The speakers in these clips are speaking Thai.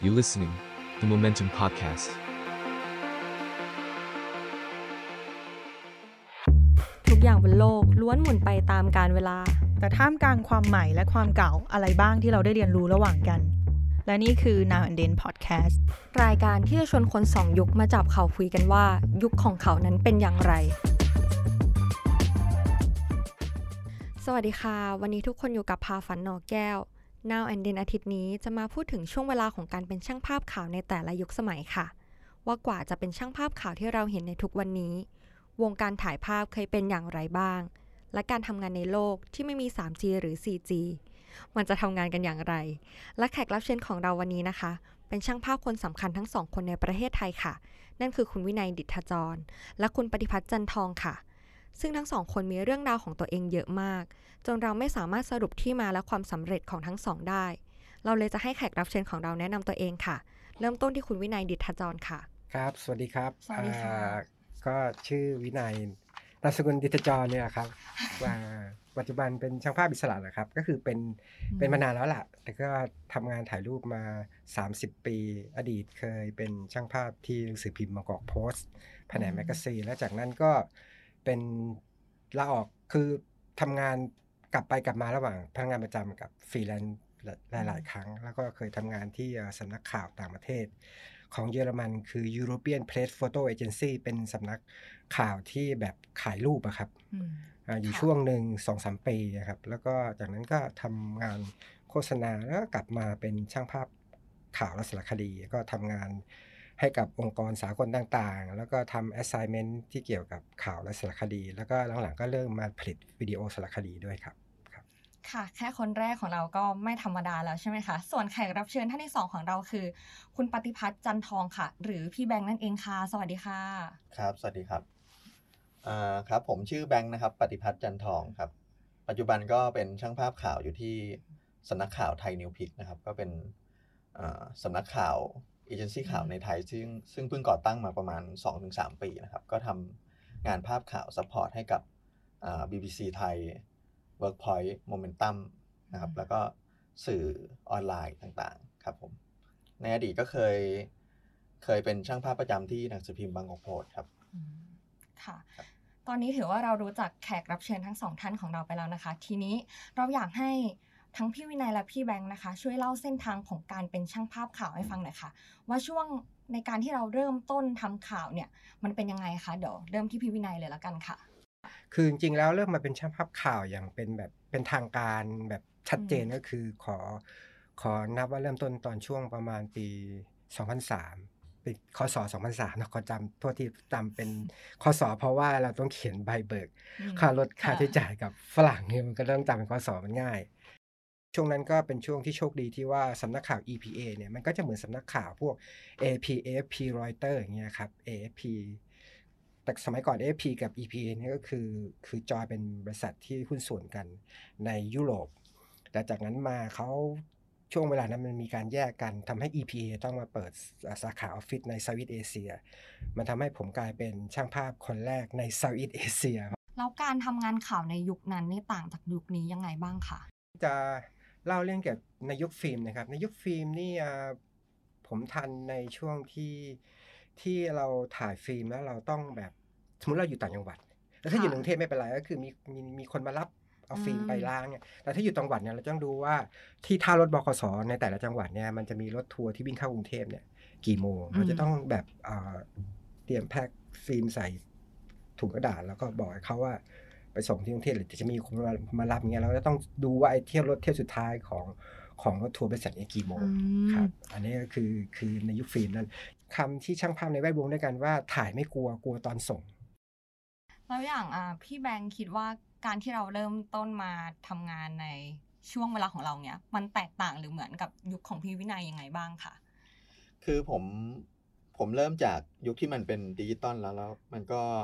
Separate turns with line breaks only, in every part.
You're listening The Momentum Podcast.
ทุกอย่างบนโลกล้วนหมุนไปตามกาลเวลา
แต่ท่ามกลางความใหม่และความเก่าอะไรบ้างที่เราได้เรียนรู้ระหว่างกันและนี่คือ Now and Then Podcast
รายการที่จะชวนคนสองยุคมาจับเข่าคุยกันว่ายุคของเขานั้นเป็นอย่างไรสวัสดีค่ะวันนี้ทุกคนอยู่กับพาฝันหนอแก้ว Now and Then อาทิตย์นี้จะมาพูดถึงช่วงเวลาของการเป็นช่างภาพข่าวในแต่ละยุคสมัยค่ะว่ากว่าจะเป็นช่างภาพข่าวที่เราเห็นในทุกวันนี้วงการถ่ายภาพเคยเป็นอย่างไรบ้างและการทำงานในโลกที่ไม่มี 3G หรือ 4G มันจะทำงานกันอย่างไรและแขกรับเชิญของเราวันนี้นะคะเป็นช่างภาพคนสำคัญทั้งสองคนในประเทศไทยค่ะนั่นคือคุณวินัยดิษฐจรและคุณปฏิพัฒน์จันทองค่ะซึ่งทั้งสองคนมีเรื่องราวของตัวเองเยอะมากจนเราไม่สามารถสรุปที่มาและความสำเร็จของทั้งสองได้เราเลยจะให้แขกรับเชิญของเราแนะนำตัวเองค่ะเริ่มต้นที่คุณวินัยดิษฐจรค่ะ
ครับสวัสดีครับ
สวัสดีค่ะ
ก็ชื่อวินัยนามสกุลดิษฐจรเนี่ยครับปัจจุบันเป็นช่างภาพอิสระนะครับก็คือเป็นมานานแล้วล่ะแต่ก็ทำงานถ่ายรูปมา30ปีอดีตเคยเป็นช่างภาพที่หนังสือพิมพ์บางกอกโพสต์แผนกแมกกาซีนแล้วจากนั้นก็เป็นลาออกคือทำงานกลับไปกลับมาระหว่างพนักงานประจำกับฟรีแลนซ์หลายๆครั้งแล้วก็เคยทำงานที่สำนักข่าวต่างประเทศของเยอรมันคือ European Press Photo Agency เป็นสำนักข่าวที่แบบขายรูปอะครับอยู่ช่วงหนึ่ง 2-3 ปีนะครับแล้วก็จากนั้นก็ทำงานโฆษณาแล้วก็กลับมาเป็นช่างภาพข่าวและสารคดีก็ทำงานให้กับองค์กรสากลต่างๆแล้วก็ทำ assignment ที่เกี่ยวกับข่าวและสารคดีแล้วก็หลังๆก็เริ่มมาผลิตวิดีโอสารคดีด้วยครับ
ค่ะแค่คนแรกของเราก็ไม่ธรรมดาแล้วใช่ไหมคะส่วนแขกรับเชิญท่านที่2ของเราคือคุณปฏิพัฒน์จันทองค่ะหรือพี่แบงค์นั่นเองค่ะสวัสดีค่ะ
ครับสวัสดีครับครับผมชื่อแบงค์นะครับปฏิพัฒน์จันทองครับปัจจุบันก็เป็นช่างภาพข่าวอยู่ที่สำนักข่าวไทยนิวพิกนะครับก็เป็นสำนักข่าวเอเจนซี่ข่าวในไทยซึ่งเพิ่งก่อตั้งมาประมาณ 2-3 ปีนะครับก็ทำงานภาพข่าวซัพพอร์ตให้กับBBC ไทยWorkpoint Momentum นะครับแล้วก็สื่อออนไลน์ต่างๆครับผมในอดีตก็เคยเป็นช่างภาพประจำที่หนังสือพิมพ์บางกอกโพสต์ครับ
ค่ะตอนนี้ถือว่าเรารู้จักแขกรับเชิญทั้งสองท่านของเราไปแล้วนะคะทีนี้เราอยากให้ทั้งพี่วินัยและพี่แบงค์นะคะช่วยเล่าเส้นทางของการเป็นช่างภาพข่าวให้ฟังหน่อยค่ะว่าช่วงในการที่เราเริ่มต้นทำข่าวเนี่ยมันเป็นยังไงคะเดี๋ยวเริ่มที่พี่วินัยเลยละกันค่ะ
คือจริงๆแล้วเริ่มมาเป็นช่างภาพข่าวอย่างเป็นทางการแบบชัดเจนก็คือขอนับว่าเริ่มต้นตอนช่วงประมาณปี 2003 เป็นคศ 2003นะขอจำโทษที่จำเป็นคศเพราะว่าเราต้องเขียนใบเบิกค่ารถค่าใช้จ่ายกับฝรั่งเนี่ยมันก็ต้องจำเป็นคศมันง่ายช่วงนั้นก็เป็นช่วงที่โชคดีที่ว่าสำนักข่าว EPA เนี่ยมันก็จะเหมือนสำนักข่าวพวก AP AFP Reuters อย่างเงี้ยครับ AFPแต่สมัยก่อน AFP กับ EPA นี่ก็คือจอยเป็นบริษัทที่หุ้นส่วนกันในยุโรปแต่จากนั้นมาเขาช่วงเวลานั้นมันมีการแยกกันทำให้ EPA ต้องมาเปิดสาขาออฟฟิศในเซาท์อีสต์เอเชียมันทำให้ผมกลายเป็นช่างภาพคนแรกในเซาท์อีสต์เอเชีย
แล้วการทำงานข่าวในยุคนั้นนี่ต่างจากยุคนี้ยังไงบ้างคะ
จะเล่าเรื่องเกี่ยวกับในยุคฟิล์มนะครับในยุคฟิล์มนี่ผมทันในช่วงที่เราถ่ายฟิล์มแล้วเราต้องแบบสมมติเราอยู่ต่างจังหวัดแล้วถ้าอยู่ในกรุงเทพไม่เป็นไรก็คือมีคนมารับเอาฟิล์มไปล้างเนี่ยแต่ถ้าอยู่ต่างจังหวัดเนี่ยเราต้องดูว่าที่ท่ารถบขสในแต่ละจังหวัดเนี่ยมันจะมีรถทัวร์ที่วิ่งเข้ากรุงเทพเนี่ยกี่โมงเราจะต้องแบบเตรียมแพ็คฟิล์มใส่ถุงกระดาษแล้วก็บอกให้เขาว่าไปส่งที่กรุงเทพหรือจะมีคนมารับอย่างเงี้ยเราจะต้องดูว่าไอ้เที่ยวสุดท้ายของรถทัวร์บริษัทนี้กี่โมงครับอันนี้ก็คือในยุคฟิล์มนั้นคำที่ช่างภาพในแวดวงด้วยกันว่าถ่ายไม่กลัวตอนส่ง
แล้วอย่างพี่แบงค์คิดว่าการที่เราเริ่มต้นมาทำงานในช่วงเวลาของเราเนี้ยมันแตกต่างหรือเหมือนกับยุคของพี่วินัยยังไงบ้างคะ
คือผมเริ่มจากยุคที่มันเป็นดิจิตอลแล้วมัน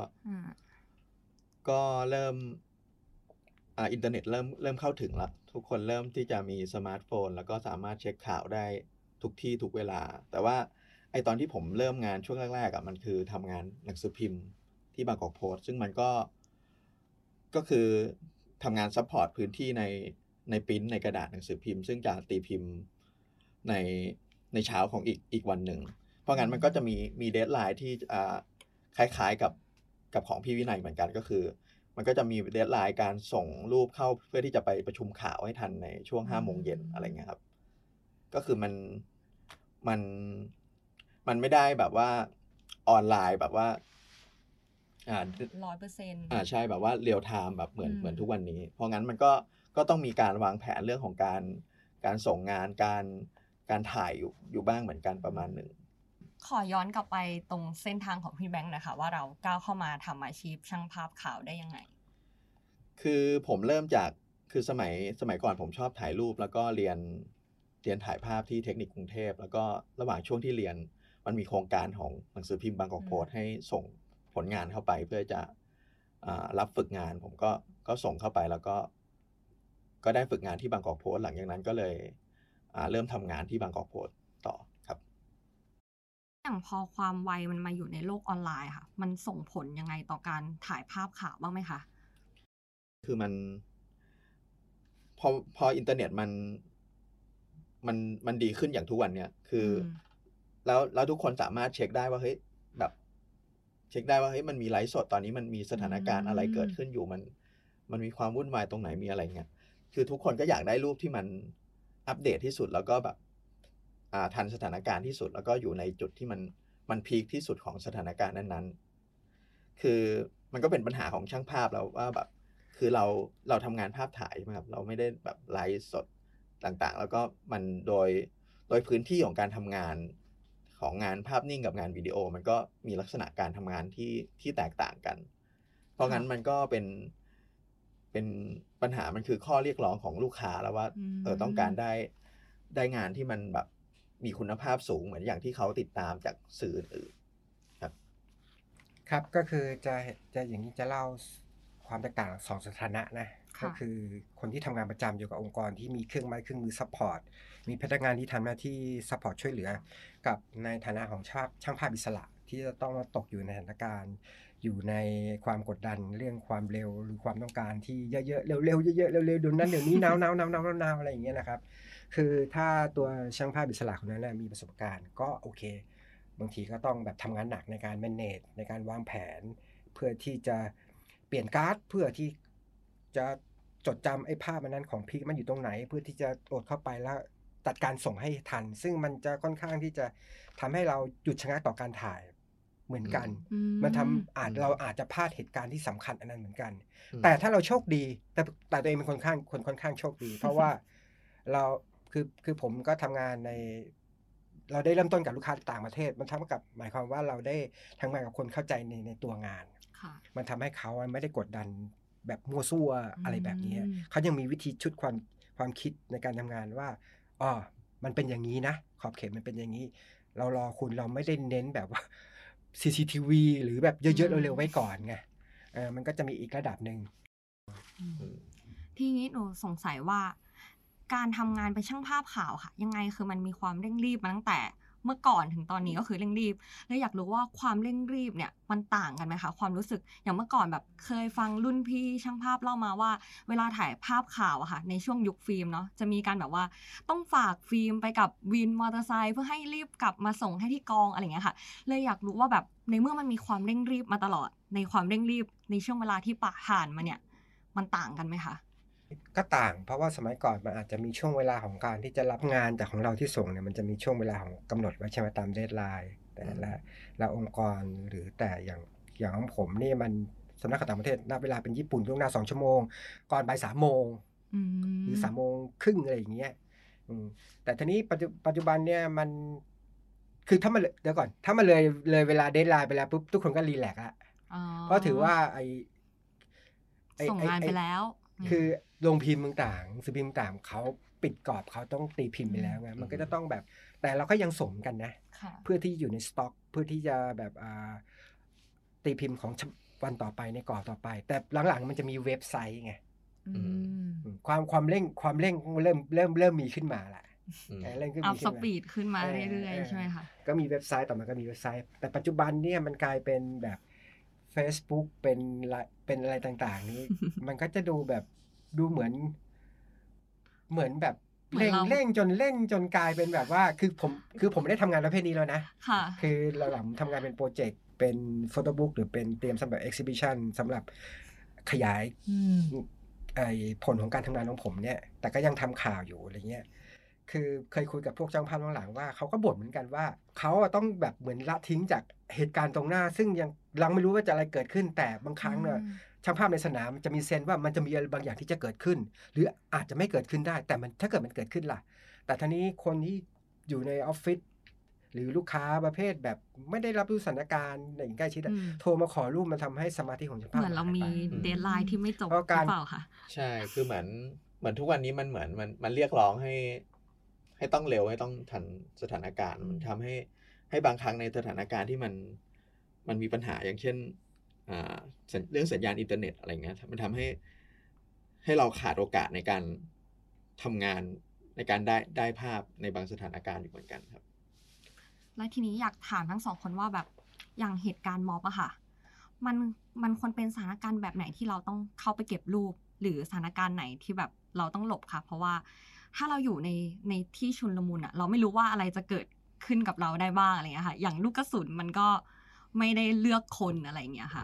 ก็เริ่มอินเทอร์เน็ตเริ่มเข้าถึงแล้วทุกคนเริ่มที่จะมีสมาร์ทโฟนแล้วก็สามารถเช็คข่าวได้ทุกที่ทุกเวลาแต่ว่าไอตอนที่ผมเริ่มงานช่วงแรกๆมันคือทำงานหนังสือพิมพ์ที่บางกอกโพสต์ซึ่งมันก็คือทำงานซัพพอร์ตพื้นที่ในปริ้นในกระดาษหนังสือพิมพ์ซึ่งจะตีพิมพ์ในในเช้าของอีกวันหนึ่งเพราะงั้นมันก็จะมีเดดไลน์ที่คล้ายๆกับของพี่วินัยเหมือนกันก็คือมันก็จะมีเดดไลน์การส่งรูปเข้าเพื่อที่จะไปประชุมข่าวให้ทันในช่วง5 โมงเย็นอะไรเงี้ยครับก็คือมันไม่ได้แบบว่าออนไลน์แบบว่า
100%
ใช่แบบว่าเรียลไทม์แบบเหมือนทุกวันนี้เพราะงั้นมันก็ต้องมีการวางแผนเรื่องของการส่งงานการถ่ายอยู่บ้างเหมือนกันประมาณหนึ่ง
ขอย้อนกลับไปตรงเส้นทางของพี่แบงค์นะคะว่าเราก้าวเข้ามาทำอาชีพช่างภาพข่าวได้ยังไง
คือผมเริ่มจากคือสมัยก่อนผมชอบถ่ายรูปแล้วก็เรียนถ่ายภาพที่เทคนิคกรุงเทพแล้วก็ระหว่างช่วงที่เรียนมันมีโครงการของหนังสือพิมพ์บางกอกโพสต์ให้ส่งผลงานเข้าไปเพื่อจะรับฝึกงานผมก็ส่งเข้าไปแล้วก็ได้ฝึกงานที่บางกอกโพสต์หลังจากนั้นก็เลยเริ่มทำงานที่บางกอกโพสต์ต่อครับ
อย่างพอความไวมันมาอยู่ในโลกออนไลน์ค่ะมันส่งผลยังไงต่อการถ่ายภาพข่าวบ้างไหมคะ
คือมันพออินเทอร์เน็ตมันดีขึ้นอย่างทุกวันเนี่ยคือแล้วทุกคนสามารถเช็คได้ว่าเฮ้ยแบบเช็คได้ว่าเฮ้ยมันมีไลฟ์สดตอนนี้มันมีสถานการณ์อะไรเกิดขึ้นอยู่มันมีความวุ่นวายตรงไหนมีอะไรเงี้ยคือทุกคนก็อยากได้รูปที่มันอัปเดตที่สุดแล้วก็แบบทันสถานการณ์ที่สุดแล้วก็อยู่ในจุดที่มันพีคที่สุดของสถานการณ์นั้นๆคือมันก็เป็นปัญหาของช่างภาพแล้วว่าแบบคือเราทำงานภาพถ่ายใช่ไหมครับเราไม่ได้แบบไลฟ์สดต่างๆแล้วก็มันโดยพื้นที่ของการทำงานของงานภาพนิ่งกับงานวิดีโอมันก็มีลักษณะการทำงานที่แตกต่างกันเพราะงั้นมันก็เป็นปัญหามันคือข้อเรียกร้องของลูกค้าแล้วว่าต้องการได้งานที่มันแบบมีคุณภาพสูงเหมือนอย่างที่เขาติดตามจากสื่ออื่นครับ
ครับก็คือจะอย่างนี้จะเล่าความแตกต่าง2สถานะนะก็คือคนที่ทำงานประจำอยู่กับองค์กรที่มีเครื่องไม้เครื่องมือซัพพอร์ตมีพนักงานที่ทำหน้าที่ซัพพอร์ตช่วยเหลือกับในฐานะของช่างภาพอิสระที่จะต้องมาตกอยู่ในสถานการณ์อยู่ในความกดดันเรื่องความเร็วหรือความต้องการที่เยอะๆเร็วๆเยอะๆเร็วๆเดี๋ยวนั้นเดี๋ยวนี้หนาวอะไรอย่างเงี้ยนะครับคือถ้าตัวช่างภาพอิสระคนนั้นมีประสบการณ์ก็โอเคบางทีก็ต้องแบบทำงานหนักในการ manage ในการวางแผนเพื่อที่จะเปลี่ยนการ์ดเพื่อที่จะจดจำไอ้ภาพนั้นของพีคมันอยู่ตรงไหนเพื่อที่จะโหลดเข้าไปแล้วตัดการส่งให้ทันซึ่งมันจะค่อนข้างที่จะทำให้เราหยุดชะงักต่อการถ่ายเหมือนกันมันทำเราอาจจะพลาดเหตุการณ์ที่สำคัญอันนั้นเหมือนกันแต่ถ้าเราโชคดีแต่ตัวเองเป็นคนค่อนข้างโชคดีเพราะว่าเราคือผมก็ทำงานเราได้เริ่มต้นกับลูกค้าต่างประเทศมันทำกับหมายความว่าเราได้ทำงานกับคนเข้าใจในตัวงานมันทำให้เขาไม่ได้กดดันแบบมั่วซั่วอะไรแบบนี้เขายังมีวิธีชุดความคิดในการทำงานว่ามันเป็นอย่างนี้นะขอบเขตมันเป็นอย่างนี้เรารอคุณเราไม่ได้เน้นแบบว่า CCTV หรือแบบเยอะๆเร็วๆไว้ก่อนไงมันก็จะมีอีกระดับนึง
ทีนี้หนูสงสัยว่าการทำงานเป็นช่างภาพข่าวค่ะยังไงคือมันมีความเร่งรีบมาตั้งแต่เมื่อก่อนถึงตอนนี้ก็คือเร่งรีบแล้วอยากรู้ว่าความเร่งรีบเนี่ยมันต่างกันไหมคะความรู้สึกอย่างเมื่อก่อนแบบเคยฟังรุ่นพี่ช่างภาพเล่ามาว่าเวลาถ่ายภาพข่าวอะค่ะในช่วงยุคฟิล์มเนาะจะมีการแบบว่าต้องฝากฟิล์มไปกับวินมอเตอร์ไซค์เพื่อให้รีบกลับมาส่งให้ที่กองอะไรอย่างเงี้ยค่ะเลยอยากรู้ว่าแบบในเมื่อมันมีความเร่งรีบมาตลอดในความเร่งรีบในช่วงเวลาที่ผ่านมาเนี่ยมันต่างกันไหมคะ
ก็ต่างเพราะว่าสมัยก่อนมันอาจจะมีช่วงเวลาของการที่จะรับงานแต่ของเราที่ส่งเนี่ยมันจะมีช่วงเวลาของกำหนดไว้ใช่ไหมตามเดดไลน์แต่ละองค์กรหรือแต่อย่างของผมนี่มันสำนักข่าวต่างประเทศนับเวลาเป็นญี่ปุ่นล่วงหน้า2 ชั่วโมงก่อนบ่าย 3 โมงหรือ3 โมงครึ่งอะไรอย่างเงี้ยแต่ทีนี้ปัจจุบันเนี่ยมันคือถ้ามันเดี๋ยวก่อนถ้ามันเลยเวลาเดดไลน์ไปแล้วปุ๊บทุกคนก็รีแลกซ์ละเพราะถือว่า
ส่งงานไปแล้ว
คือโรงพิมพ์ต่างๆสื่อพิมพ์ต่างเขาปิดกรอบเขาต้องตีพิมพ์ไปแล้วไงมันก็จะต้องแบบแต่เราก็ยังส่งกันนะเพื่อที่อยู่ในสต็อกเพื่อที่จะแบบตีพิมพ์ของวันต่อไปในกรอบต่อไปแต่หลังๆมันจะมีเว็บไซต์ไงความเร่งเริ่มมีขึ้นมาแหละ
เริ่มขึ้นอัพสปีดขึ้นมาเรื่อยๆใช่ไหมคะ
ก็มีเว็บไซต์ต่อมาก็มีเว็บไซต์แต่ปัจจุบันเนี่ยมันกลายเป็นแบบ Facebook เป็นอะไรต่างๆนี้ มันก็จะดูเหมือนแบบ
เหมือนเรา
เร่งจนกลายเป็นแบบว่าคือผมไม่ได้ทำงานประเภทนี้แล้วนะ
ค่ะ
คือหลังๆทำงานเป็นโปรเจกต์เป็นโฟโต้บุ๊กหรือเป็นเตรียมสำหรับเอ็กซิบิชันสำหรับขยายผลของการทำงานของผมเนี่ยแต่ก็ยังทำข่าวอยู่อะไรเงี้ยคือเคยคุยกับพวกช่างภาพหลังๆว่าเขาก็บ่นเหมือนกันว่าเขาต้องแบบเหมือนละทิ้งจากเหตุการณ์ตรงหน้าซึ่งยังไม่รู้ว่าจะอะไรเกิดขึ้นแต่บางครั้งเนี่ยช่างภาพในสนามจะมีเซนส์ว่ามันจะมีอะไรบางอย่างที่จะเกิดขึ้นหรืออาจจะไม่เกิดขึ้นได้แต่มันถ้าเกิดมันเกิดขึ้นล่ะแต่ทีนี้คนที่อยู่ในออฟฟิศหรือลูกค้าประเภทแบบไม่ได้รับรู้สถานการณ์อย่างใกล้ชิดโทรมาขอรูปมันทำให้สมาธิของช่างภาพ
เหมือนเรามีเดดไลน์ที่ไม่จบหรือเปล่าคะ
ใช่คือเหมือนทุกวันนี้มันเหมือนมันเรียกร้องให้ต้องเร็วให้ต้องทันสถานการณ์มันทำให้บางครั้งในสถานการณ์ที่มันมีปัญหาอย่างเช่นเรื่องสัญญาณอินเทอร์เน็ตอะไรเงี้ยมันทำให้เราขาดโอกาสในการทำงานในการได้ภาพในบางสถานการณ์อยู่เหมือนกันครับ
และทีนี้อยากถามทั้งสองคนว่าแบบอย่างเหตุการณ์ม็อบอะค่ะมันควรเป็นสถานการณ์แบบไหนที่เราต้องเข้าไปเก็บรูปหรือสถานการณ์ไหนที่แบบเราต้องหลบค่ะเพราะว่าถ้าเราอยู่ในที่ชุลมุนอะเราไม่รู้ว่าอะไรจะเกิดขึ้นกับเราได้บ้างอะไรเงี้ยค่ะอย่างลูกกระสุนมันก็ไม่ได้เลือกคนอะไรเงี้ยค่ะ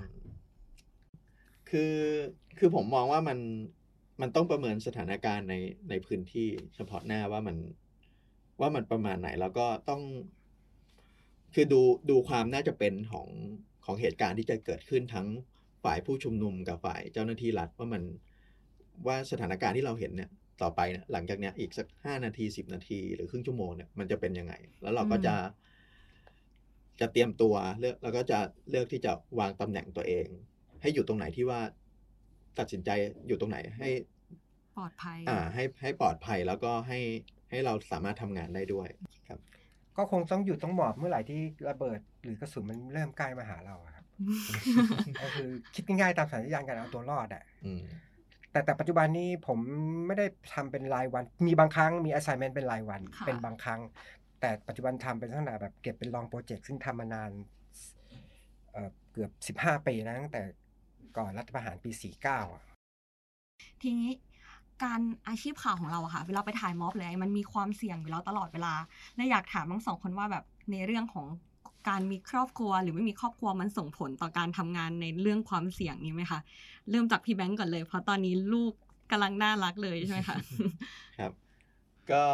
คือผมมองว่ามันต้องประเมินสถานการณ์ในพื้นที่เฉพาะหน้าว่ามันประมาณไหนแล้วก็ต้องคือดูความน่าจะเป็นของเหตุการณ์ที่จะเกิดขึ้นทั้งฝ่ายผู้ชุมนุมกับฝ่ายเจ้าหน้าที่รัฐว่าสถานการณ์ที่เราเห็นเนี่ยต่อไปเนี่ยหลังจากเนี้ยอีกสัก5 นาที10 นาทีหรือครึ่งชั่วโมงเนี่ยมันจะเป็นยังไงแล้วเราก็จะเตรียมตัวแล้วก็จะเลือกที่จะวางตำแหน่งตัวเองให้อยู่ตรงไหนที่ว่าตัดสินใจอยู่ตรงไหนให้
ปลอดภัย
ให้ปลอดภัยแล้วก็ให้เราสามารถทำงานได้ด้วยครับ
ก็คงต้องหยุดต้องหมอบเมื่อไหร่ที่ระเบิดหรือกระสุนมันเริ่มใกล้มาหาเราครับ ก็คือคิดง่ายๆตามสัญญาณการเอาตัวรอดอ่ะแต่ปัจจุบันนี้ผมไม่ได้ทำเป็นรายวันมีบางครั้งมี assignment เป็นรายวันเป็นบางครั้งแต่ปัจจุบันทำเป็นลักษณะแบบเก็บเป็น long project ซึ่งทำมานานเกือบ15 ปีแล้วตั้งแต่ก่อนรัฐประหารปี49อ่ะ
ทีนี้การอาชีพข่าวของเราอะค่ะเวลาไปถ่ายม็อบเลยมันมีความเสี่ยงอยู่แล้วตลอดเวลาและอยากถามทั้งสองคนว่าแบบในเรื่องของการมีครอบครัวหรือไม่มีครอบครัวมันส่งผลต่อการทำงานในเรื่องความเสี่ยงนี้ไหมคะเริ่มจากพี่แบงก์ก่อนเลยเพราะตอนนี้ลูกกำลังน่ารักเลยใช่ไหมคะ
ครับก็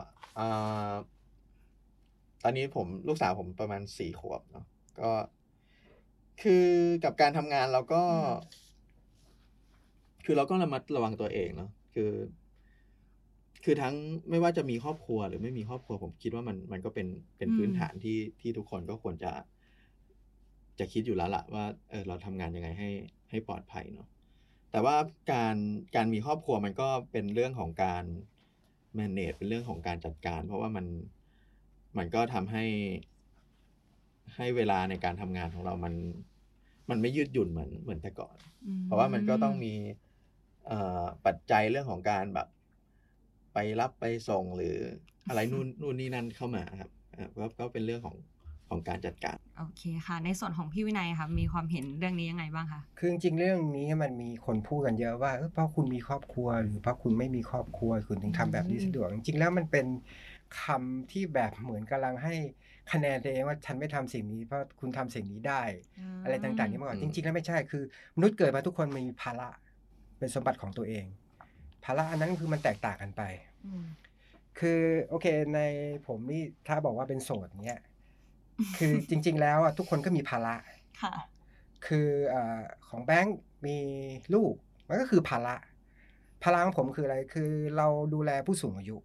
ตอนนี้ลูกสาวผมประมาณ4 ขวบเนาะก็คือกับการทำงานเราก็คือเราก็ระมัดระวังตัวเองเนาะคือทั้งไม่ว่าจะมีครอบครัวหรือไม่มีครอบครัวผมคิดว่ามันก็เป็นพื้นฐานที่ทุกคนก็ควรจะคิดอยู่แล้วล่ะว่าเราทำงานยังไงให้ปลอดภัยเนาะแต่ว่าการมีครอบครัวมันก็เป็นเรื่องของการ manage เป็นเรื่องของการจัดการเพราะว่ามันก็ทำให้เวลาในการทำงานของเรามันไม่ยืดหยุ่นเหมือนแต่ก่อนเพราะว่ามันก็ต้องมีปัจจัยเรื่องของการแบบไปรับไปส่งหรืออะไรนู่นนี่นั่นเข้ามาครับก็เป็นเรื่องของการจัดการ
โอเคค่ะในส่วนของพี่วินัยค่ะมีความเห็นเรื่องนี้ยังไงบ้างคะ
คือจริงๆเรื่องนี้มันมีคนพูดกันเยอะว่าเพราะคุณมีครอบครัวหรือเพราะคุณไม่มีครอบครัวคุณถึงทำแบบนี้สะดวกจริงๆแล้วมันเป็นคำที่แบบเหมือนกำลังให้คะแนนตัวเองว่าฉันไม่ทำสิ่งนี้เพราะคุณทำสิ่งนี้ได้อะไรต่างๆนี่มาก่อนจริงๆแล้วไม่ใช่คือมนุษย์เกิดมาทุกคนมีภาระเป็นสมบัติของตัวเองภาระอันนั้นคือมันแตกต่างกันไปคือโอเคในผมนี่ถ้าบอกว่าเป็นโสดเนี้ยคือจริงๆแล้วทุกคนก็มีภาระ
ค่ะ
คือของแบงค์มีลูกมันก็คือภาระของผมคืออะไรคือเราดูแลผู้สูงอายุ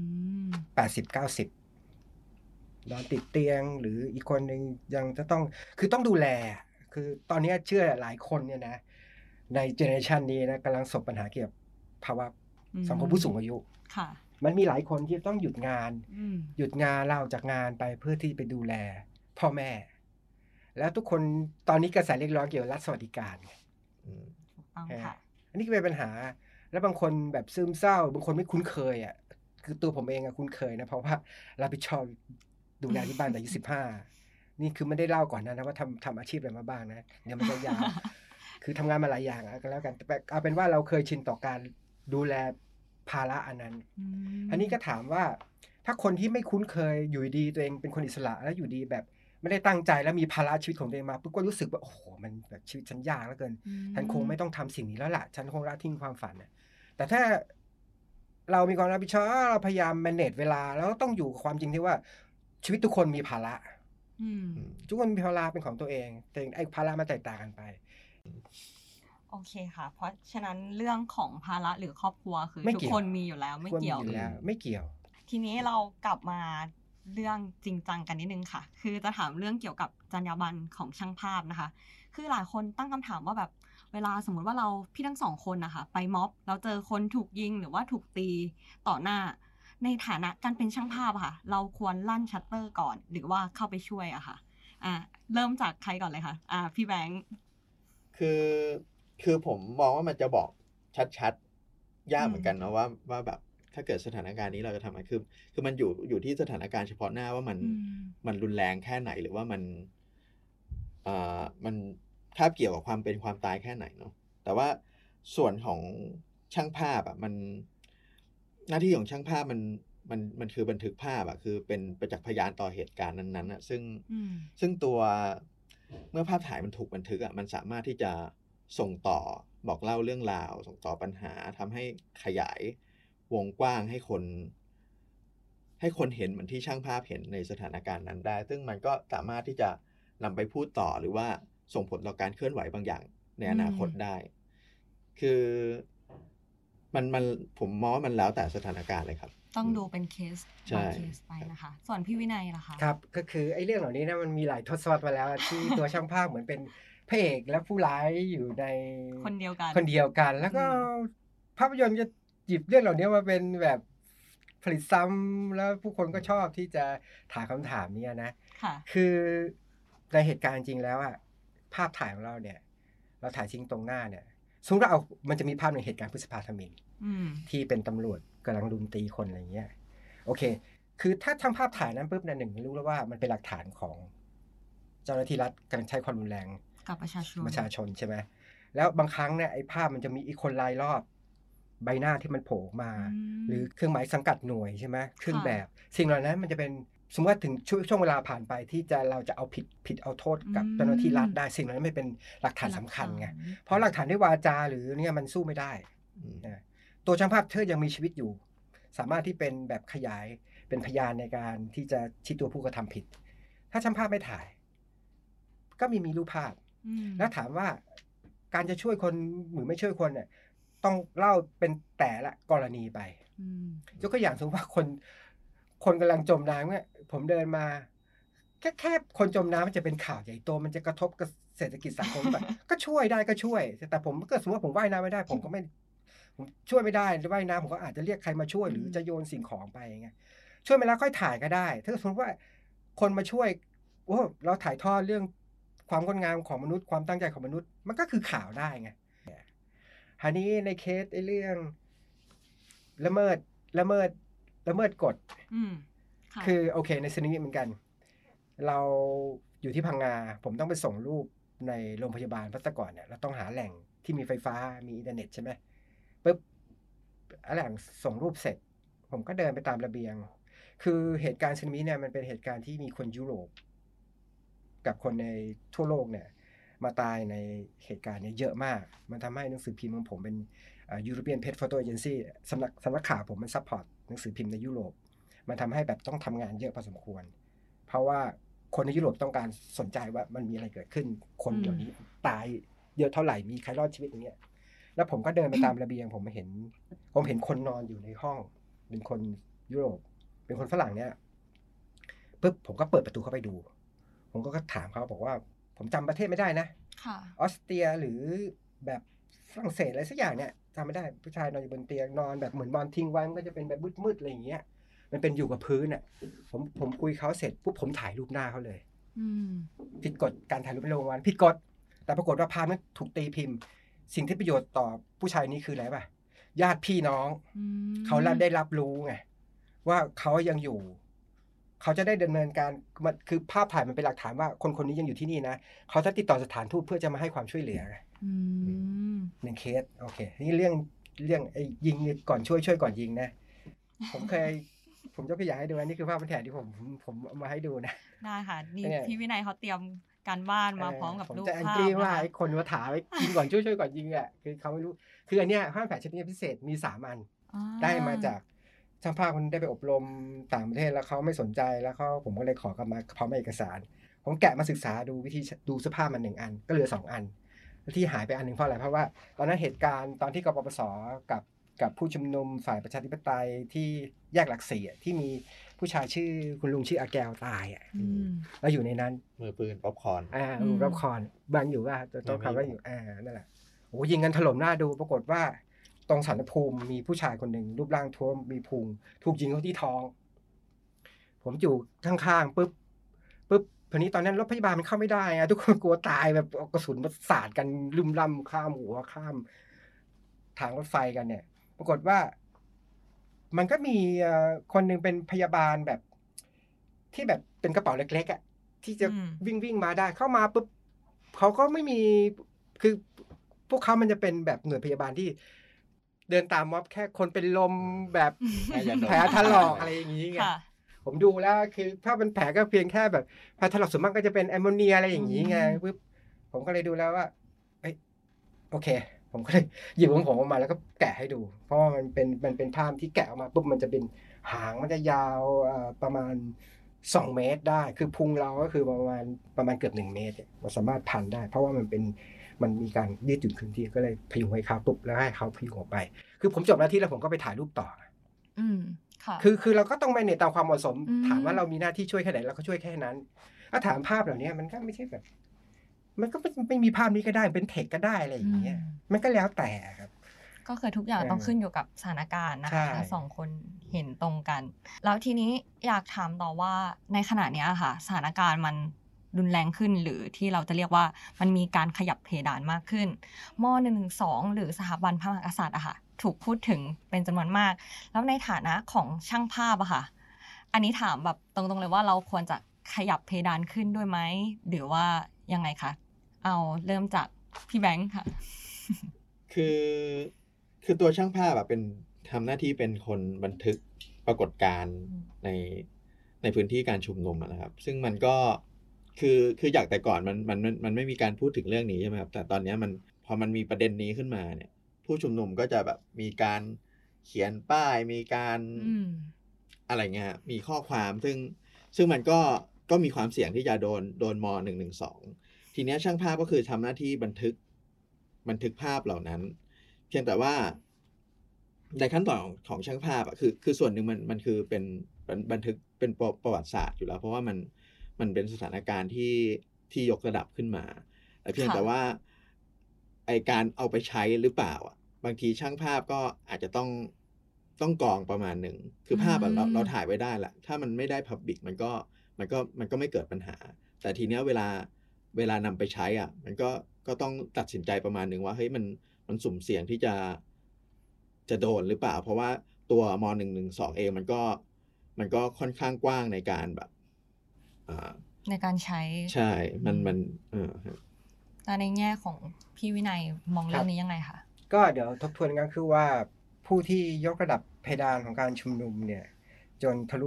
80-90นอนติดเตียงหรืออีกคนนึงยังจะต้องดูแลคือตอนนี้เชื่อหลายคนเนี่ยนะในเจเนอเรชันนี้นะกำลังประสบปัญหาเกี่ยวกับภาวะสังคมผู้สูงอายุ
ค่ะ
มันมีหลายคนที่ต้องหยุดงานลาออกจากงานไปเพื่อที่ไปดูแลพ่อแม่แล้วทุกคนตอนนี้กระแสเรียกร้องเกี่ยวกับรัฐสวัสดิการไงอันนี้เป็นปัญหาแล้วบางคนแบบซึมเศร้าบางคนไม่คุ้นเคยคือตัวผมเองคุ้นเคยนะเพราะว่ารับผิดชอบดูแลที่บ้านแต่อายุ15นี่คือไม่ได้เล่าก่อนนะว่าทำอาชีพอะไรมาบ้างนะเดี๋ยวมันจะยาวคือทำงานมาหลายอย่างก็แล้วกันแต่เอาเป็นว่าเราเคยชินต่อการดูแลภาระอันนั้น
ม
อันนี้ก็ถามว่าถ้าคนที่ไม่คุ้นเคยอยู่ดีตัวเองเป็นคนอิสระแล้วอยู่ดีแบบไม่ได้ตั้งใจแล้วมีภาระชีวิตของตัวเองมาปุ๊บก็รู้สึกว่าโอ้โหมันแบบชีวิตฉันยากเหลือเกินฉันคงไม่ต้องทำสิ่งนี้แล้วล่ะฉันคงละทิ้งความฝันน่ะแต่ถ้าเรามีความรับผิดชอบเราพยายาม manage เวลาแล้วต้องอยู่กับความจริงที่ว่าชีวิตทุกคนมีภาระ
อืม
ทุกคนมีภาระเป็นของตัวเองแต่ไอ้ภาระมันแตกต่างกันไป
โอเคค่ะ เพราะฉะนั้นเรื่องของภาระหรือครอบครัวคือ
ไม่
ทุก
เกี่ยว
คนมีอยู่แล้วไม่เกี่ยว
ควรอยู่แล้วไม่เกี่ยว
ทีนี้เรากลับมาเรื่องจริงจังกันนิดนึงค่ะ คือจะถามเรื่องเกี่ยวกับจรรยาบรรณของช่างภาพนะคะ คือหลายคนตั้งคำถามว่าแบบเวลาสมมุติว่าเราพี่ทั้งสองคนนะคะไปม็อบเราเจอคนถูกยิงหรือว่าถูกตีต่อหน้า ในฐานะการเป็นช่างภาพอะค่ะ เราควรลั่นชัตเตอร์ก่อนหรือว่าเข้าไปช่วยอะค่ะเริ่มจากใครก่อนเลยค่ะพี่แบงค์
คือผมมองว่ามันจะบอกชัดๆยากเหมือนกันเนาะว่าแบบถ้าเกิดสถานการณ์นี้เราจะทำอะไรคือมันอยู่ที่สถานการณ์เฉพาะหน้าว่ามันรุนแรงแค่ไหนหรือว่ามันคาบเกี่ยวกับความเป็นความตายแค่ไหนเนาะแต่ว่าส่วนของช่างภาพอ่ะมันหน้าที่ของช่างภาพมันคือบันทึกภาพอ่ะคือเป็นประจักษ์พยานต่อเหตุการณ์นั้นๆอ่ะซึ่งตัวเมื่อภาพถ่ายมันถูกบันทึกอ่ะมันสามารถที่จะส่งต่อบอกเล่าเรื่องราวส่งต่อปัญหาทำให้ขยายวงกว้างให้คนเห็นเหมือนที่ช่างภาพเห็นในสถานการณ์นั้นได้ซึ่งมันก็สามารถที่จะนำไปพูดต่อหรือว่าส่งผลต่อการเคลื่อนไหวบางอย่างในอนาคตได้คือมันผมมองว่ามันแล้วแต่สถานการณ์เลยครับ
ต้องดูเป็นเคส
ใช่
บางเคสไปนะคะ ส่วนพี่วินัยล่ะคะ
ครับก็คือไอ้เรื่องเหล่านี้นะมันมีหลายทศวรรษมาแล้ว ที่ ตัวช่างภาพเหมือนเป็นพระเอกและผู้ร้ายอยู่ใน
คนเดียวกัน
คนเดียวกัน แล้วก็ภาพยนตร์จะหยิบเรื่องเหล่านี้มาเป็นแบบผลิตซ้ำแล้วผู้คนก็ชอบที่จะถามคำถามนี้นะ
ค่ะ
คือในเหตุการณ์จริงแล้วอะภาพถ่ายของเราเนี่ยเราถ่ายจริงตรงหน้าเนี่ยสมมติว่ามันจะมีภาพในเหตุการณ์พฤษภาธมิฬ ที่เป็นตำรวจกำลังรุมตีคนอะไรเงี้ยโอเคคือถ้าทำภาพถ่ายนั้นปุ๊บเนี่ยหนึ่งรู้แล้วว่ามันเป็นหลักฐานของเจ้าหน้าที่รัฐกำลังใช้ความรุนแรง
กับประชาชน
ใช่ไหมแล้วบางครั้งเนี่ยไอ้ภาพมันจะมีอีกคนรายรอบใบหน้าที่มันโผล่มา หรือเครื่องหมายสังกัดหน่วยใช่ไหมเครื่องแบบสิ่งเหล่านั้นมันจะเป็นสมมติว่าถึงช่วงเวลาผ่านไปที่เราจะเอาผิดเอาโทษกับเจ้าหน้าที่รัฐได้สิ่งเหล่านั้นไม่เป็นหลักฐานสำคัญไงเพราะหลักฐานด้วยวาจาหรือเนี่ยมันสู้ไม่ได้ตัวช่างภาพเธอยังมีชีวิตอยู่สามารถที่เป็นแบบขยายเป็นพยานในการที่จะชี้ตัวผู้กระทำผิดถ้าช่างภาพไม่ถ่ายก็มีรูปภาพแล้วถามว่าการจะช่วยคนหรือไม่ช่วยคนเนี่ยต้องเล่าเป็นแต่ละกรณีไปยกตัวอย่างสมมติว่าคนกำลังจมน้ำเนี่ยผมเดินมาแค่คนจมน้ำมันจะเป็นข่าวใหญ่โตมันจะกระทบกับเศรษฐกิจสังคมแบบ ก็ช่วยได้ก็ช่วยแต่ผมก็สมมติว่าผมว่ายน้ำไม่ได้ผมช่วยไม่ได้ว่ายน้ำผมก็อาจจะเรียกใครมาช่วยหรือจะโยนสิ่งของไปไงช่วยไปแล้วค่อยถ่ายก็ได้ถ้าสมมติว่าคนมาช่วยโอ้เราถ่ายทอดเรื่องความงดงามของมนุษย์ความตั้งใจของมนุษย์มันก็คือข่าวได้ไงทีนี้ในเคสไอ้เรื่องละเมิดกฎคือโอเคในซีรีส์เหมือนกันเราอยู่ที่พังงาผมต้องไปส่งรูปในโรงพยาบาลพัสก่อนเนี่ยเราต้องหาแหล่งที่มีไฟฟ้ามีอินเทอร์เน็ตใช่ไหมปุ๊บแหล่งส่งรูปเสร็จผมก็เดินไปตามระเบียงคือเหตุการณ์ซีรีส์เนี่ยมันเป็นเหตุการณ์ที่มีคนยุโรปกับคนในทั่วโลกเนี่ยมาตายในเหตุการณ์นี้เยอะมากมันทำให้หนังสือพิมพ์ของผมเป็นEuropean Pet Photo Agency สำนักข่าวผมมันซัพพอร์ตหนังสือพิมพ์ในยุโรปมันทำให้แบบต้องทำงานเยอะพอสมควรเพราะว่าคนในยุโรปต้องการสนใจว่ามันมีอะไรเกิดขึ้นคนเหล่านี้ตายเยอะเท่าไหร่มีใครรอดชีวิตอย่างเงี้ยแล้วผมก็เดินไปตามระเบียงผมเห็นคนนอนอยู่ในห้องเป็นคนยุโรปเป็นคนฝรั่งเนี่ยปุ๊บผมก็เปิดประตูเข้าไปดูผมก็ถามเขาบอกว่าผมจำประเทศไม่ได้นะออสเตรียหรือแบบฝรั่งเศสอะไรสักอย่างเนี่ยจำไม่ได้ผู้ชายนอนอยู่บนเตียงนอนแบบเหมือนนอนทิ้งไว้มันก็จะเป็นแบบมืดๆอะไรอย่างเงี้ยมันเป็นอยู่กับพื้นอ่ะผมคุยเขาเสร็จปุ๊บผมถ่ายรูปหน้าเขาเลยผิดกฎการถ่ายรูปในโรงพยาบาลผิดกฎแต่ปรากฏว่าภาพนั้นถูกตีพิมพ์สิ่งที่ประโยชน์ต่อผู้ชายนี้คืออะไรป่ะญาติพี่น้องเขาได้รับรู้ไงว่าเขายังอยู่เขาจะได้ดำเนินการมันคือภาพถ่ายมันเป็นหลักฐานว่าคนนี้ยังอยู่ที่นี่นะเขาจะติดต่อสถานทูตเพื่อจะมาให้ความช่วยเหลือหนึ่งเคสโอเคนี่เรื่องเรื่องไอ้ยิงก่อนช่วยก่อนยิงนะผมยกตัวอย่างให้ดูนี่คือภาพบรรทัดที่ผมเอามาให้ดูนะ
ได้ค่ะนี่พี่วินัยเขาเตรียมการบ้านมาพร้อมกับรูปภาพ
ผมจะแองกี้ว่าไอ้คนมาถามไอ้ยิงก่อนช่วยก่อนยิงอ่ะคือเขาไม่รู้คืออันเนี้ยภาพแผนชนิดพิเศษมี3อันได้มาจากช่างภาพคนได้ไปอบรมต่างประเทศแล้วเขาไม่สนใจแล้วผมก็เลยขอกลับมาพร้อมเอกสารผมแกะมาศึกษาดูวิธีดูสภาพมัน1อันก็เหลือ2อันที่หายไปอันนึงเพราะอะไรเพราะว่าตอนนั้นเหตุการณ์ตอนที่กปปสกับผู้ชุมนุมฝ่ายประชาธิปไตยที่แยกหลักสี่ที่มีผู้ชายชื่อคุณลุงชื่ออาแกวตายแล้วอยู่ในนั้น
มือปืนป๊อปคอร์น
มือป๊อปคอร์นบางอยู่ว่าตัวคำว่าอยู่นั่นแหละโอ้ยิงกันถล่มหน้าดูปรากฏว่าตรงสันภูมิมีผู้ชายคนหนึ่งรูปร่างท้วมมีพุงถูกยิงเข้าที่ท้องผมอยู่ข้างๆปุ๊บทีนี้ตอนนั้นรถพยาบาลมันเข้าไม่ได้ไงทุกคนกลัวตายแบบกระสุนมาสาดกันลุ่มล่ำข้ามหัวข้ามทางรถไฟกันเนี่ยปรากฏว่ามันก็มีคนหนึ่งเป็นพยาบาลแบบที่แบบเป็นกระเป๋าเล็กๆอ่ะที่จะวิ่งมาได้เข้ามาปุ๊บเขาก็ไม่มีคือพวกเขามันจะเป็นแบบหน่วยพยาบาลที่เดินตามม็อบแค่คนเป็นลมแบบแผลถลอกอะไรอย่างนี้ไงผมดูแล้วคือถ้าเป็นแผลก็เพียงแค่แบบแผลถลอกส่วนมากก็จะเป็นแอมโมเนียอะไรอย่างนี้ไงปุ๊บผมก็เลยดูแล้วว่าโอเคผมก็เลยหยิบของผมออกมาแล้วก็แกะให้ดูเพราะว่ามันเป็นภาพที่แกะออกมาปุ๊บมันจะเป็นหางมันจะยาวประมาณ2 เมตรได้คือพุงเราก็คือประมาณเกือบ1 เมตรมันสามารถพันได้เพราะว่ามันมีการยืดหยุ่นขึ้นที่ก็เลยพยุงให้เขาปุ๊บแล้วให้เขาพยุงออกไปคือผมจบหน้าที่แล้วผมก็ไปถ่ายรูปต่อ
ค่ะ
คือเราก็ต้องแมเนจตามความเหมาะสมถามว่าเรามีหน้าที่ช่วยแค่ไหนเราก็ช่วยแค่นั้นถ้าถามภาพเหล่านี้มันก็ไม่ใช่แบบมันก็ไม่มีภาพนี้ก็ได้เป็นเทคก็ได้อะไรอย่างเงี้ยมันก็แล้วแต่ครับ
ก็คือทุกอย่างต้องขึ้นอยู่กับสถานการณ์นะคะถ้า2 คนเห็นตรงกันแล้วทีนี้อยากถามต่อว่าในขณะนี้ค่ะสถานการณ์มันรุนแรงขึ้นหรือที่เราจะเรียกว่ามันมีการขยับเพดานมากขึ้นม.112 หรือสถาบันพระมหากษัตริย์อะค่ะถูกพูดถึงเป็นจำนวนมากแล้วในฐานะของช่างภาพอะค่ะอันนี้ถามแบบตรงๆเลยว่าเราควรจะขยับเพดานขึ้นด้วยไหมหรือว่ายังไงคะเอาเริ่มจากพี่แบงค์ค่ะ
คือตัวช่างภาพเป็นทำหน้าที่เป็นคนบันทึกปรากฏการณ์ในพื้นที่การชุมนุมนะครับซึ่งมันก็คืออยากแต่ก่อนมันไม่มีการพูดถึงเรื่องนี้ใช่ไหมครับแต่ตอนนี้พอมันมีประเด็นนี้ขึ้นมาเนี่ยผู้ชุมนุมก็จะแบบมีการเขียนป้ายมีการอะไรเงี้ยมีข้อความซึ่งมันก็มีความเสี่ยงที่จะโดนม.112ทีนี้ช่างภาพก็คือทำหน้าที่บันทึกภาพเหล่านั้นเพียงแต่ว่าในขั้นตอนของช่างภาพคือส่วนหนึ่งมันคือเป็นบันทึกเป็นประวัติศาสตร์อยู่แล้วเพราะว่ามันเป็นสถานการณ์ที่ยกระดับขึ้นมาแต่เพียงแต่ว่าไอการเอาไปใช้หรือเปล่าบางทีช่างภาพก็อาจจะต้องกรองประมาณหนึ่งคือภาพเราถ่ายไว้ได้แหละถ้ามันไม่ได้ public มันก็ไม่เกิดปัญหาแต่ทีเนี้ยเวลานำไปใช้มันก็ต้องตัดสินใจประมาณหนึ่งว่าเฮ้ยมันสุ่มเสี่ยงที่จะโดนหรือเปล่าเพราะว่าตัวม.112 เองมันก็ค่อนข้างกว้างในการแบบ
ในการใช้
ใช่มัน
แต่ในแง่ของพี่วินัยมองเรื่องนี้ยังไงคะ
ก็เดี๋ยวทบทวนกันคือว่าผู้ที่ยกระดับเพดานของการชุมนุมเนี่ยจนทะลุ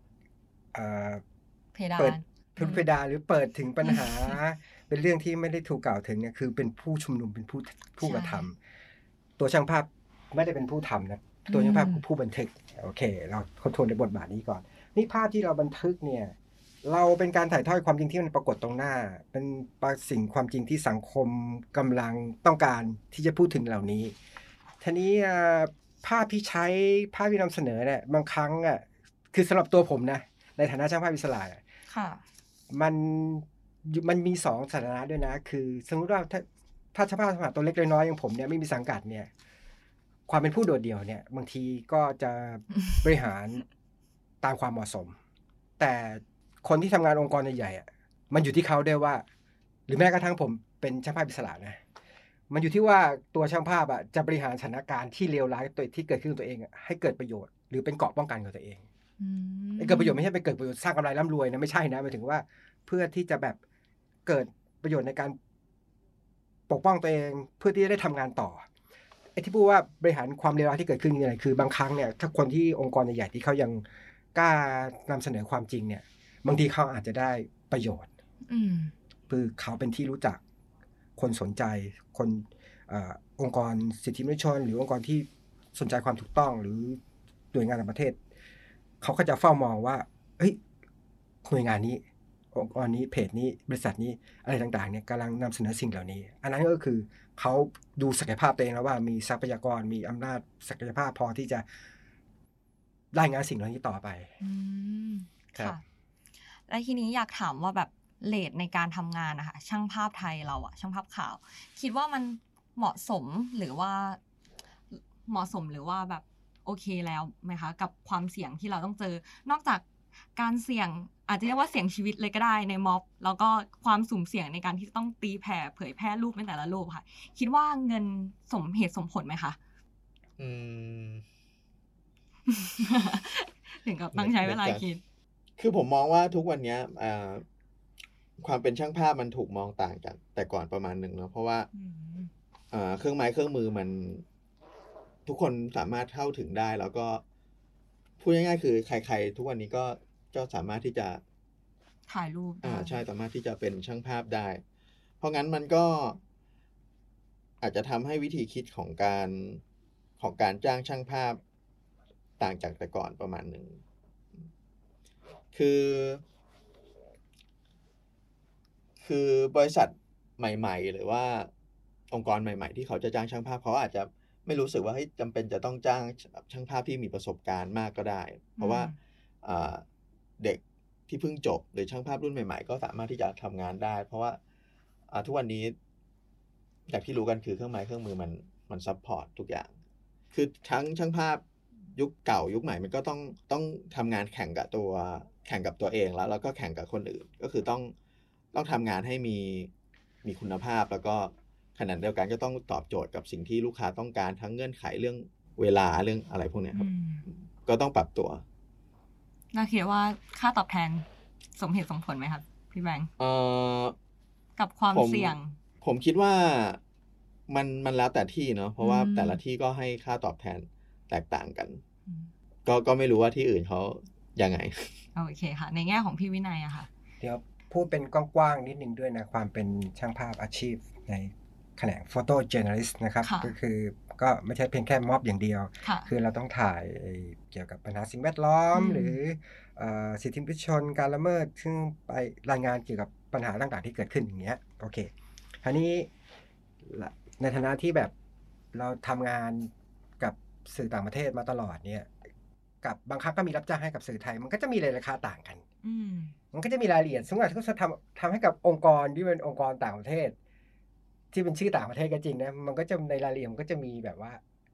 เปิดทะลุเพดานหรือเปิดถึงปัญหา เป็นเรื่องที่ไม่ได้ถูกกล่าวถึงเนี่ยคือเป็นผู้ชุมนุมเป็นผู้กระทำตัวช่างภาพไม่ได้เป็นผู้ทำนะตัวช่างภาพคือผู้บันทึกโอเคเราทบทวนในบทบาทนี้ก่อนนี่ภาพที่เราบันทึกเนี่ยเราเป็นการถ่ายทอดความจริงที่มันปรากฏตรงหน้าเป็นสิ่งความจริงที่สังคมกำลังต้องการที่จะพูดถึงเหล่านี้ทีนี้ภาพที่ใช้ภาพที่นำเสนอเนี่ยบางครั้งคือสำหรับตัวผมนะในฐานะช่างภาพอิสระ
ค่ะ
มันมี2สถานะด้วยนะคือสมมติว่าถ้าช่างภาพตัวเล็กน้อยอย่างผมเนี่ยไม่มีสังกัดเนี่ยความเป็นผู้โดดเดี่ยวเนี่ยบางทีก็จะบริหารตามความเหมาะสมแต่คนที่ทำงานองค์กรใหญ่ๆมันอยู่ที่เขาด้วยว่าหรือแม้กระทั่งผมเป็นช่างภาพอิสระนะมันอยู่ที่ว่าตัวช่างภาพจะบริหารสถานการณ์ที่เลวร้ายที่เกิดขึ้นกับตัวเองให้เกิดประโยชน์หรือเป็นเกราะป้องกันกับตัวเองเกิดประโยชน์ไม่ใช่ไปเกิดประโยชน์สร้างกำไรร่ำรวยนะไม่ใช่นะหมายถึงว่าเพื่อที่จะแบบเกิดประโยชน์ในการปกป้องตัวเองเพื่อที่จะได้ทำงานต่อไอที่พูดว่าบริหารความเลวร้ายที่เกิดขึ้นนี่อะไรคือบางครั้งเนี่ยถ้าคนที่องค์กรใหญ่ๆที่เขายังกล้านำเสนอความจริงเนี่ยบางทีเขาอาจจะได้ประโยชน์คือเขาเป็นที่รู้จักคนสนใจคนองค์กรสิทธิมนุษยชนหรือองค์กรที่สนใจความถูกต้องหรือหน่วยงานต่างประเทศเขาก็จะเฝ้ามองว่าเฮ้ยหน่วยงานนี้องค์กรนี้เพจนี้บริษัทนี้อะไรต่างๆเนี่ยกำลังนำเสนอสิ่งเหล่านี้อันนั้นก็คือเขาดูศักยภาพตัวเองแล้วว่ามีทรัพยากรมีอำนาจศักยภาพพอที่จะรายงานสิ่งเหล่านี้ต่อไป
ค่ะและทีนี้อยากถามว่าแบบเรทในการทำงานนะคะช่างภาพไทยเราอะช่างภาพข่าวคิดว่ามันเหมาะสมหรือว่าแบบโอเคแล้วไหมคะกับความเสี่ยงที่เราต้องเจอนอกจากการเสี่ยงอาจจะเรียกว่าเสี่ยงชีวิตเลยก็ได้ในม็อบแล้วก็ความสุ่มเสี่ยงในการที่ต้องตีแผ่เผยแพร่รูปในแต่ละรูปค่ะคิดว่าเงินสมเหตุสมผลไหมคะถึงกับต้องใช้เวลาคิด
คือผมมองว่าทุกวันนี้ความเป็นช่างภาพมันถูกมองต่างจากแต่ก่อนประมาณหนึ่งเนาะเพราะว่าเครื่องไม้เครื่องมือมันทุกคนสามารถเข้าถึงได้แล้วก็พูดง่ายๆคือใครๆทุกวันนี้ก็สามารถที่จะ
ถ่ายรูป
ใช่สามารถที่จะเป็นช่างภาพได้เพราะงั้นมันก็อาจจะทำให้วิธีคิดของการจ้างช่างภาพต่างจากแต่ก่อนประมาณหนึ่งคือบริษัทใหม่ๆหรือว่าองค์กรใหม่ๆที่เขาจะจ้างช่างภาพเขาอาจจะไม่รู้สึกว่าจำเป็นจะต้องจ้างช่างภาพที่มีประสบการณ์มากก็ได้เพราะว่าเด็กที่เพิ่งจบหรือช่างภาพรุ่นใหม่ๆก็สามารถที่จะทำงานได้เพราะว่าทุกวันนี้อย่างที่รู้กันคือเครื่องไม้เครื่องมือมันซัพพอร์ตทุกอย่างคือทั้งช่างภาพยุคเก่ายุคใหม่มันก็ต้องทำงานแข่งกับตัวเองแล้วก็แข่งกับคนอื่นก็คือต้องทำงานให้มีคุณภาพแล้วก็ขณะเดียวกันก็ต้องตอบโจทย์กับสิ่งที่ลูกค้าต้องการทั้งเงื่อนไขเรื่องเวลาเรื่องอะไรพวกนี้ครับก็ต้องปรับตัว
น่าคิดว่าค่าตอบแทนสมเหตุสมผลไหมครับพี่แบงค์กับความเสี่ยง
ผมคิดว่ามันแล้วแต่ที่เนาะเพราะว่าแต่ละที่ก็ให้ค่าตอบแทนแตกต่างกันก็ไม่รู้ว่าที่อื่นเขายังไง
โอเคค่ะในแง่ของพี่วินัยอะค่ะ
เดี๋ยวพูดเป็นกว้างๆนิดนึงด้วยนะความเป็นช่างภาพอาชีพในแขนง Photo Journalist นะครับก็คือก็ไม่ใช่เพียงแค่ม็อบอย่างเดียวคือเราต้องถ่ายเกี่ยวกับปัญหาสิ่งแวดล้อมหรือสิทธิมนุษยชนการละเมิดซึ่งไปรายงานเกี่ยวกับปัญหาต่างๆที่เกิดขึ้นอย่างเงี้ยโอเคคราวนี้ในฐานะที่แบบเราทำงานกับสื่อต่างประเทศมาตลอดเนี่ยกับบางครั้งก็มีรับจ้างให้กับสื่อไทยมันก็จะมีราคาต่างกันมันก็จะมีรายละเอียดสมมติว่าเขาทำให้กับองค์กรที่เป็นองค์กรต่างประเทศที่เป็นชื่อต่างประเทศก็จริงนะมันก็จะในรายละเอียดมันก็จะมีแบบว่า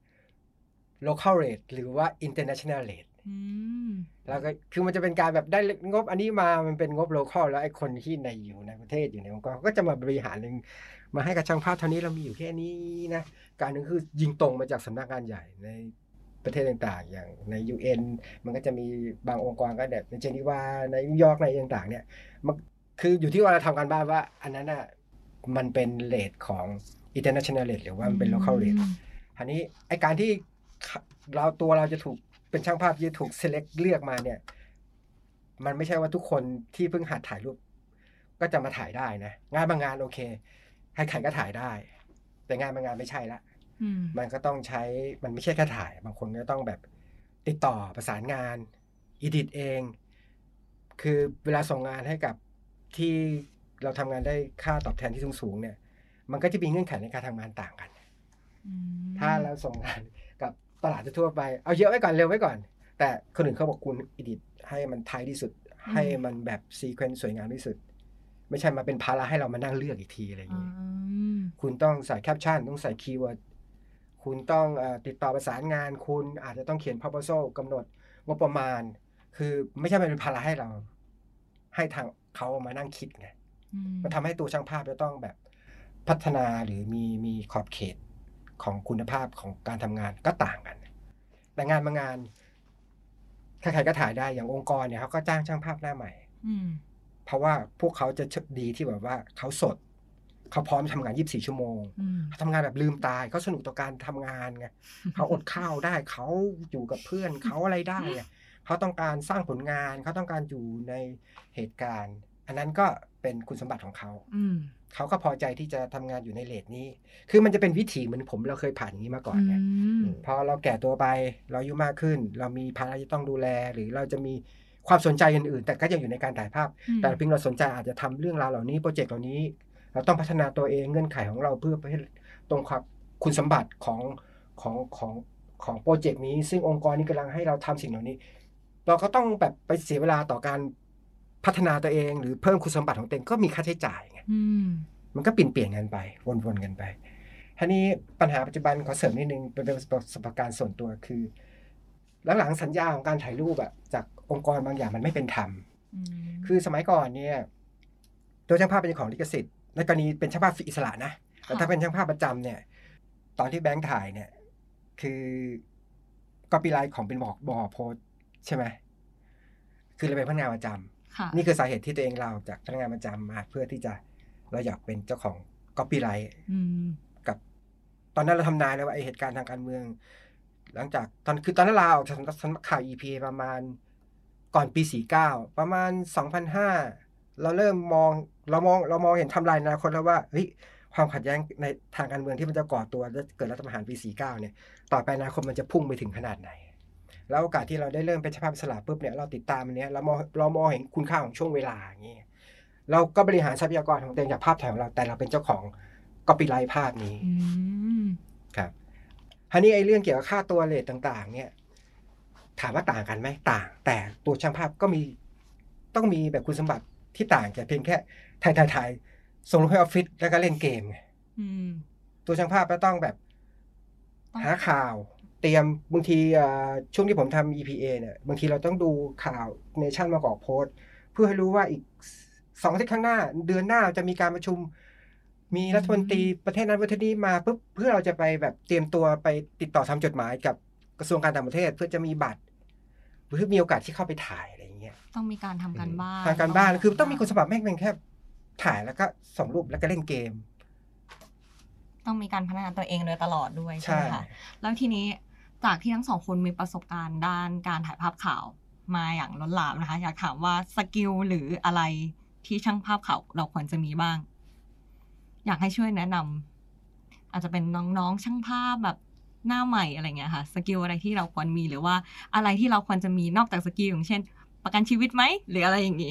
local rate หรือว่า international rate แล้วก็คือมันจะเป็นการแบบได้งบอันนี้มามันเป็นงบ local แล้วไอ้คนที่อยู่ในประเทศอยู่ในองค์กรก็จะมาบริหารมาให้กับช่างภาพเท่านี้เรามีอยู่แค่นี้นะการนึงคือยิงตรงมาจากสำนักงานใหญ่ในประเทศต่างๆอย่างใน UN มันก็จะมีบางองค์กรก็แบบในเจนีวาในนิวยอร์กในต่างๆเนี่ยมันคืออยู่ที่ว่าเราทำกันบ้างว่าอันนั้นน่ะมันเป็นเรทของ international rate หรือว่ามันเป็น local rate อันนี้ไอการที่เราจะถูกเป็นช่างภาพที่ถูก select เลือกมาเนี่ยมันไม่ใช่ว่าทุกคนที่เพิ่งหัดถ่ายรูปก็จะมาถ่ายได้นะงานบางงานโอเคใครๆก็ถ่ายได้แต่งานบางงานไม่ใช่ละมันก็ต้องใช้มันไม่ใช่แค่ถ่ายบางคนก็ต้องแบบติดต่อประสานงานอีดิทเองคือเวลาส่งงานให้กับที่เราทำงานได้ค่าตอบแทนที่สูงๆเนี่ยมันก็จะมีเงื่อนไขในการทำงานต่างกันถ้าเราส่งงานกับตลาดทั่วไปเอาเยอะไว้ก่อนเร็วไว้ก่อนแต่คนอื่นเขาบอกคุณอีดิทให้มันไทยที่สุดให้มันแบบซีเควนซ์สวยงามที่สุดไม่ใช่มาเป็นภาระให้เรามานั่งเลือกอีกทีอะไรอย่างนี้คุณต้องใส่แคปชั่นต้องใส่คีย์เวิร์ดคุณต้องติดต่อประสานงานคุณอาจจะต้องเขียน proposal กำหนดงบประมาณคือไม่ใช่เป็นภาระให้เราให้ทางเขามานั่งคิดไงมันทำให้ตัวช่างภาพจะต้องแบบพัฒนาหรือมีขอบเขตของคุณภาพของการทำงานก็ต่างกันแต่งานบางงานใครๆก็ถ่ายได้อย่างองค์กรเนี่ยเขาก็จ้างช่างภาพหน้าใหม่เพราะว่าพวกเขาจะดีที่แบบว่าเขาสดเขาพร้อมทำงาน24ชั่วโมงทำงานแบบลืมตายเขาสนุกต่อการทำงานไงเขาอดข้าวได้เขาอยู่กับเพื่อนเขาอะไรได้ไงเขาต้องการสร้างผลงานเขาต้องการอยู่ในเหตุการณ์อันนั้นก็เป็นคุณสมบัติของเขาเขาก็พอใจที่จะทำงานอยู่ในเรทนี้คือมันจะเป็นวิถีเหมือนผมเราเคยผ่านอย่างนี้มาก่อนไงพอเราแก่ตัวไปเราอายุมากขึ้นเรามีภาระที่ต้องดูแลหรือเราจะมีความสนใจอื่นๆแต่ก็ยังอยู่ในการถ่ายภาพแต่เพียงเราสนใจอาจจะทำเรื่องราวเหล่านี้โปรเจกต์เหล่านี้เราต้องพัฒนาตัวเองเงื่อนไขของเราเพื่อให้ตรงกับคุณสมบัติของโปรเจกต์นี้ซึ่งองค์กรนี้กำลังให้เราทำสิ่งเหล่านี้เราก็ต้องแบบไปเสียเวลาต่อการพัฒนาตัวเองหรือเพิ่มคุณสมบัติของตัวเองก็มีค่าใช้จ่ายไงมันก็เปลี่ยนกันไปวนๆกันไปทีนี้ปัญหาปัจจุบันขอเสริมนิดนึงเป็นประสบการณ์ส่วนตัวคือหลังๆสัญญาของการถ่ายรูปอะจากองค์กรบางอย่างมันไม่เป็นธรรมคือสมัยก่อนเนี่ยตัวช่างภาพเป็นของลิขสิทธิ์ในกรณีเป็นช่างภาพอิสระนะแต่ถ้าเป็นช่างภาพประจำเนี่ยตอนที่แบงค์ถ่ายเนี่ยคือก๊อปปี้ไลท์ของเป็นบอกโพสใช่ไหมคือเราเป็นพนักงานประจำนี่คือสาเหตุที่ตัวเองเราจากพนักงานประจำมาเพื่อที่จะเราอยากเป็นเจ้าของก๊อปปี้ไลท์กับตอนนั้นเราทำนายแล้วว่าไอเหตุการณ์ทางการเมืองหลังจากตอนนั้นลาออกจากสำนักข่าว EPA ประมาณก่อนปี49ประมาณ2005เราเริ่มมองเห็นไทม์ไลน์อนาคตแล้วว่าเฮ้ยความขัดแย้งในทางการเมืองที่มันจะก่อตัวและเกิดรัฐประหารปี49เนี่ยต่อไปอนาคตมันจะพุ่งไปถึงขนาดไหนแล้วโอกาสที่เราได้เริ่มเป็นช่างภาพอิสระปุ๊บเนี่ยเราติดตามอันนี้เรามองเห็นคุณค่าของช่วงเวลาอย่างนี้เราก็บริหารทรัพยากรของตัวเองจากภาพถ่ายของเราแต่เราเป็นเจ้าของก๊อปปี้ไลท์ภาพนี้ครับทีนี้ไอ้เรื่องเกี่ยวกับค่าตัวเรทต่างๆเนี่ยถามว่าต่างกันไหมต่างแต่ตัวช่างภาพก็ต้องมีแบบคุณสมบัติที่ต่างจากเพียงแค่ถ่ายส่งลงไปออฟฟิศแล้วก็เล่นเกมไงตัวช่างภาพก็ต้องแบบหาข่าวเตรียมบางทีช่วงที่ผมทำ EPA เนี่ยบางทีเราต้องดูข่าวเนชั่นมาก่อโพสต์เพื่อให้รู้ว่าอีก2 อาทิตย์ข้างหน้าเดือนหน้าจะมีการประชุมมีรัฐมนตรีประเทศนั้นประเทศนี้มาปุ๊บเพื่อเราจะไปแบบเตรียมตัวไปติดต่อทำจดหมายกับกระทรวงการต่างประเทศเพื่อจะมีบัตรหรือมีโอกาสที่เข้าไปถ่ายอะไรอย่างเงี้ย
ต้องมีการทำการบ้าน
คือต้องมีคุณสมบัติไม่เพียงแค่ถ่ายแล้วก็ส่งรูปแล้วก็เล่นเกม
ต้องมีการพัฒนาตัวเองโดยตลอดด้วยใช่ไหมคะแล้วทีนี้จากที่ทั้งสองคนมีประสบการณ์ด้านการถ่ายภาพข่าวมาอย่างล้นหลามนะคะอยากถามว่าสกิลหรืออะไรที่ช่างภาพข่าวเราควรจะมีบ้างอยากให้ช่วยแนะนำอาจจะเป็นน้องๆช่างภาพแบบหน้าใหม่อะไรเงี้ยค่ะสกิลอะไรที่เราควรมีหรือว่าอะไรที่เราควรจะมีนอกจากสกิลอย่างเช่นประกันชีวิตไหมหรืออะไรอย่างนี้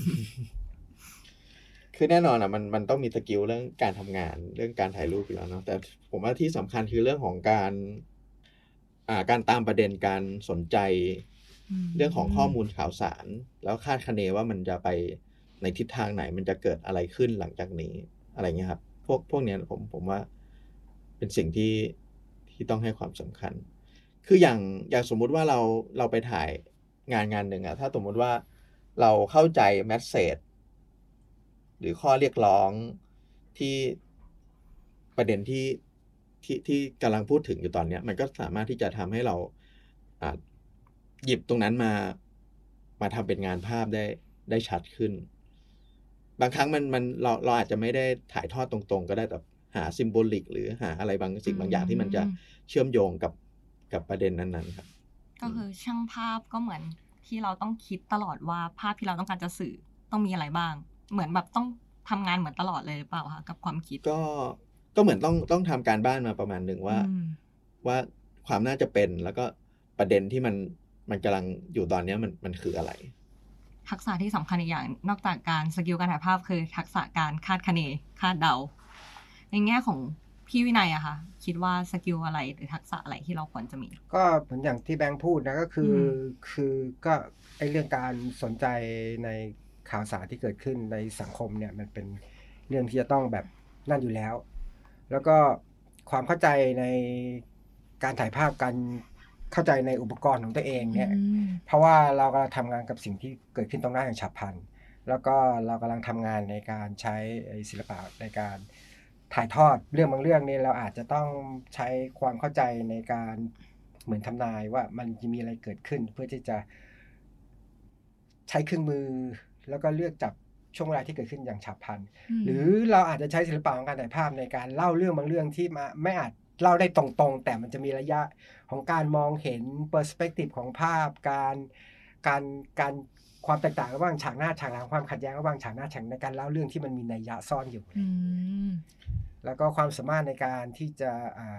คือแน่นอนอ่ะมันต้องมีสกิลเรื่องการทำงานเรื่องการถ่ายรูปอยู่แล้วเนาะแต่ผมว่าที่สำคัญคือเรื่องของการตามประเด็นการสนใจเรื่องของข้อมูลข่าวสารแล้วคาดคะเนว่ามันจะไปในทิศทางไหนมันจะเกิดอะไรขึ้นหลังจากนี้อะไรเงี้ยครับพวกเนี้ยผมว่าเป็นสิ่งที่ต้องให้ความสำคัญคืออย่างสมมุติว่าเราไปถ่ายงานหนึ่งอะถ้าสมมุติว่าเราเข้าใจแมสเสจหรือข้อเรียกร้องที่ประเด็นที่กำลังพูดถึงอยู่ตอนนี้มันก็สามารถที่จะทำให้เราหยิบตรงนั้นมาทำเป็นงานภาพได้ชัดขึ้นบางครั้งเราอาจจะไม่ได้ถ่ายทอดตรงๆก็ได้แต่หาซิมโบลิกหรือหาอะไรบางสิ่งบางอย่างที่มันจะเชื่อมโยงกับประเด็นนั้นๆครับ
ก็คือช่างภาพก็เหมือนที่เราต้องคิดตลอดว่าภาพที่เราต้องการจะสื่อต้องมีอะไรบ้างเหมือนแบบต้องทำงานเหมือนตลอดเลยหรือเปล่าคะกับความคิด
ก็เหมือนต้องทำการบ้านมาประมาณหนึ่งว่าความน่าจะเป็นแล้วก็ประเด็นที่มันกำลังอยู่ตอนนี้มันคืออะไร
ทักษะที่สำคัญอีกอย่างนอกจากการสกิลการถ่ายภาพคือทักษะการคาดคะเนคาดเดาในแง่ของพี่วินัยอะค่ะคิดว่าสกิลอะไรหรือทักษะอะไรที่เราควรจะมี
ก็เหมือนอย่างที่แบงค์พูดนะก็คือก็ไอเรื่องการสนใจในข่าวสารที่เกิดขึ้นในสังคมเนี่ยมันเป็นเรื่องที่จะต้องแบบนั่นอยู่แล้วแล้วก็ความเข้าใจในการถ่ายภาพการเข้าใจในอุปกรณ์ของตัวเองเนี่ยเพราะว่าเรากำลังทำงานกับสิ่งที่เกิดขึ้นตรงหน้าอย่างฉับพลันแล้วก็เรากำลังทำงานในการใช้ศิลปะในการถ่ายทอดเรื่องบางเรื่องนี่เราอาจจะต้องใช้ความเข้าใจในการเหมือนทำนายว่ามันจะมีอะไรเกิดขึ้นเพื่อที่จะใช้เครื่องมือแล้วก็เลือกจับช่วงเวลาที่เกิดขึ้นอย่างฉับพลันหรือเราอาจจะใช้ศิลปะของการถ่ายภาพในการเล่าเรื่องบางเรื่องที่ไม่อาจเล่าได้ตรงๆแต่มันจะมีระยะของการมองเห็นเปอร์สเปกทีฟของภาพการความแตกต่างระหว่างฉากหน้าฉากหลังความขัดแย้งระหว่างฉากหน้าฉากในการเล่าเรื่องที่มันมีนัยยะซ่อนอยู่แล้วก็ความสามารถในการที่จะ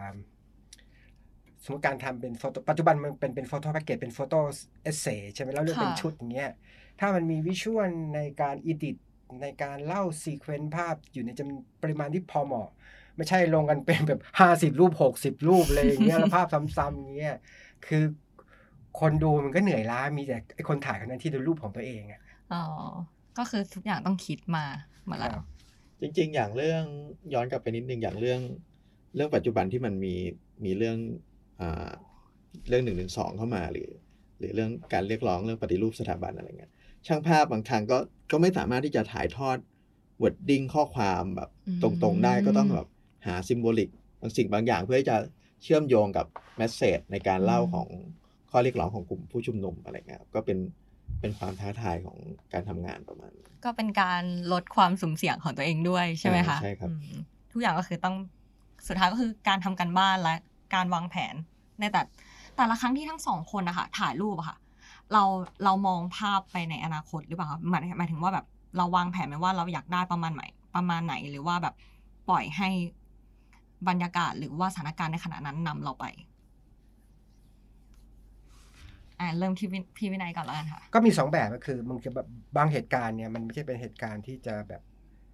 สมมติการทำเป็นโฟโต้ปัจจุบันมันเป็นโฟโต้แพ็กเกจเป็นโฟโต้เอเซใช่ไหมแล้วเรื่องเป็นชุดอย่างเงี้ยถ้ามันมีวิชวลในการอีดิทในการเล่าซีเควนซ์ภาพอยู่ในจำปริมาณที่พอเหมาะไม่ใช่ลงกันเป็นแบบ50รูป60รูปอะไรอย่างเงี้ยแล้วภาพซ้ำๆอย่างเงี้ยคือคนดูมันก็เหนื่อยล้ามีแต่ไอ้คนถ่ายคนนั้นที่ดูรูปของตัวเองอ่ะ
ก็คือทุกอย่างต้องคิดมาหมดแล้ว
จริงๆอย่างเรื่องย้อนกลับไปนิดนึงอย่างเรื่องปัจจุบันที่มันมีเรื่อง112เข้ามาหรือเรื่องการเรียกร้องเรื่องปฏิรูปสถาบันอะไรเงี้ยช่างภาพบางครั้งก็ไม่สามารถที่จะถ่ายทอดwording ข้อความแบบตรงๆได้ก็ต้องแบบหาซิมโบลิกบางสิ่งบางอย่างเพื่อจะเชื่อมโยงกับเมสเสจในการเล่าของข้อเรียกร้องของกลุ่มผู้ชุมนุมอะไรเงี้ยก็เป็นความท้าทายของการทำงานประมาณ
ก็เป็นการลดความสุ่มเสี่ยงของตัวเองด้วยใช่ไหมคะ
ใช่ครับ
ทุกอย่างก็คือต้องสุดท้ายก็คือการทำการบ้านและการวางแผนในแต่ละครั้งที่ทั้งสองคนนะคะถ่ายรูปอะค่ะเรามองภาพไปในอนาคตหรือเปล่าคะหมายถึงว่าแบบเราวางแผนไหมว่าเราอยากได้ประมาณไหนหรือว่าแบบปล่อยให้บรรยากาศหรือว่าสถานการณ์ในขณะนั้นนำเราไปเริ่มที่พี่วินัยก่อนแล้วกันค่ะ
ก็มี2แบบก็คือมันจะแบบบางเหตุการณ์เนี่ยมันไม่ใช่เป็นเหตุการณ์ที่จะแบบ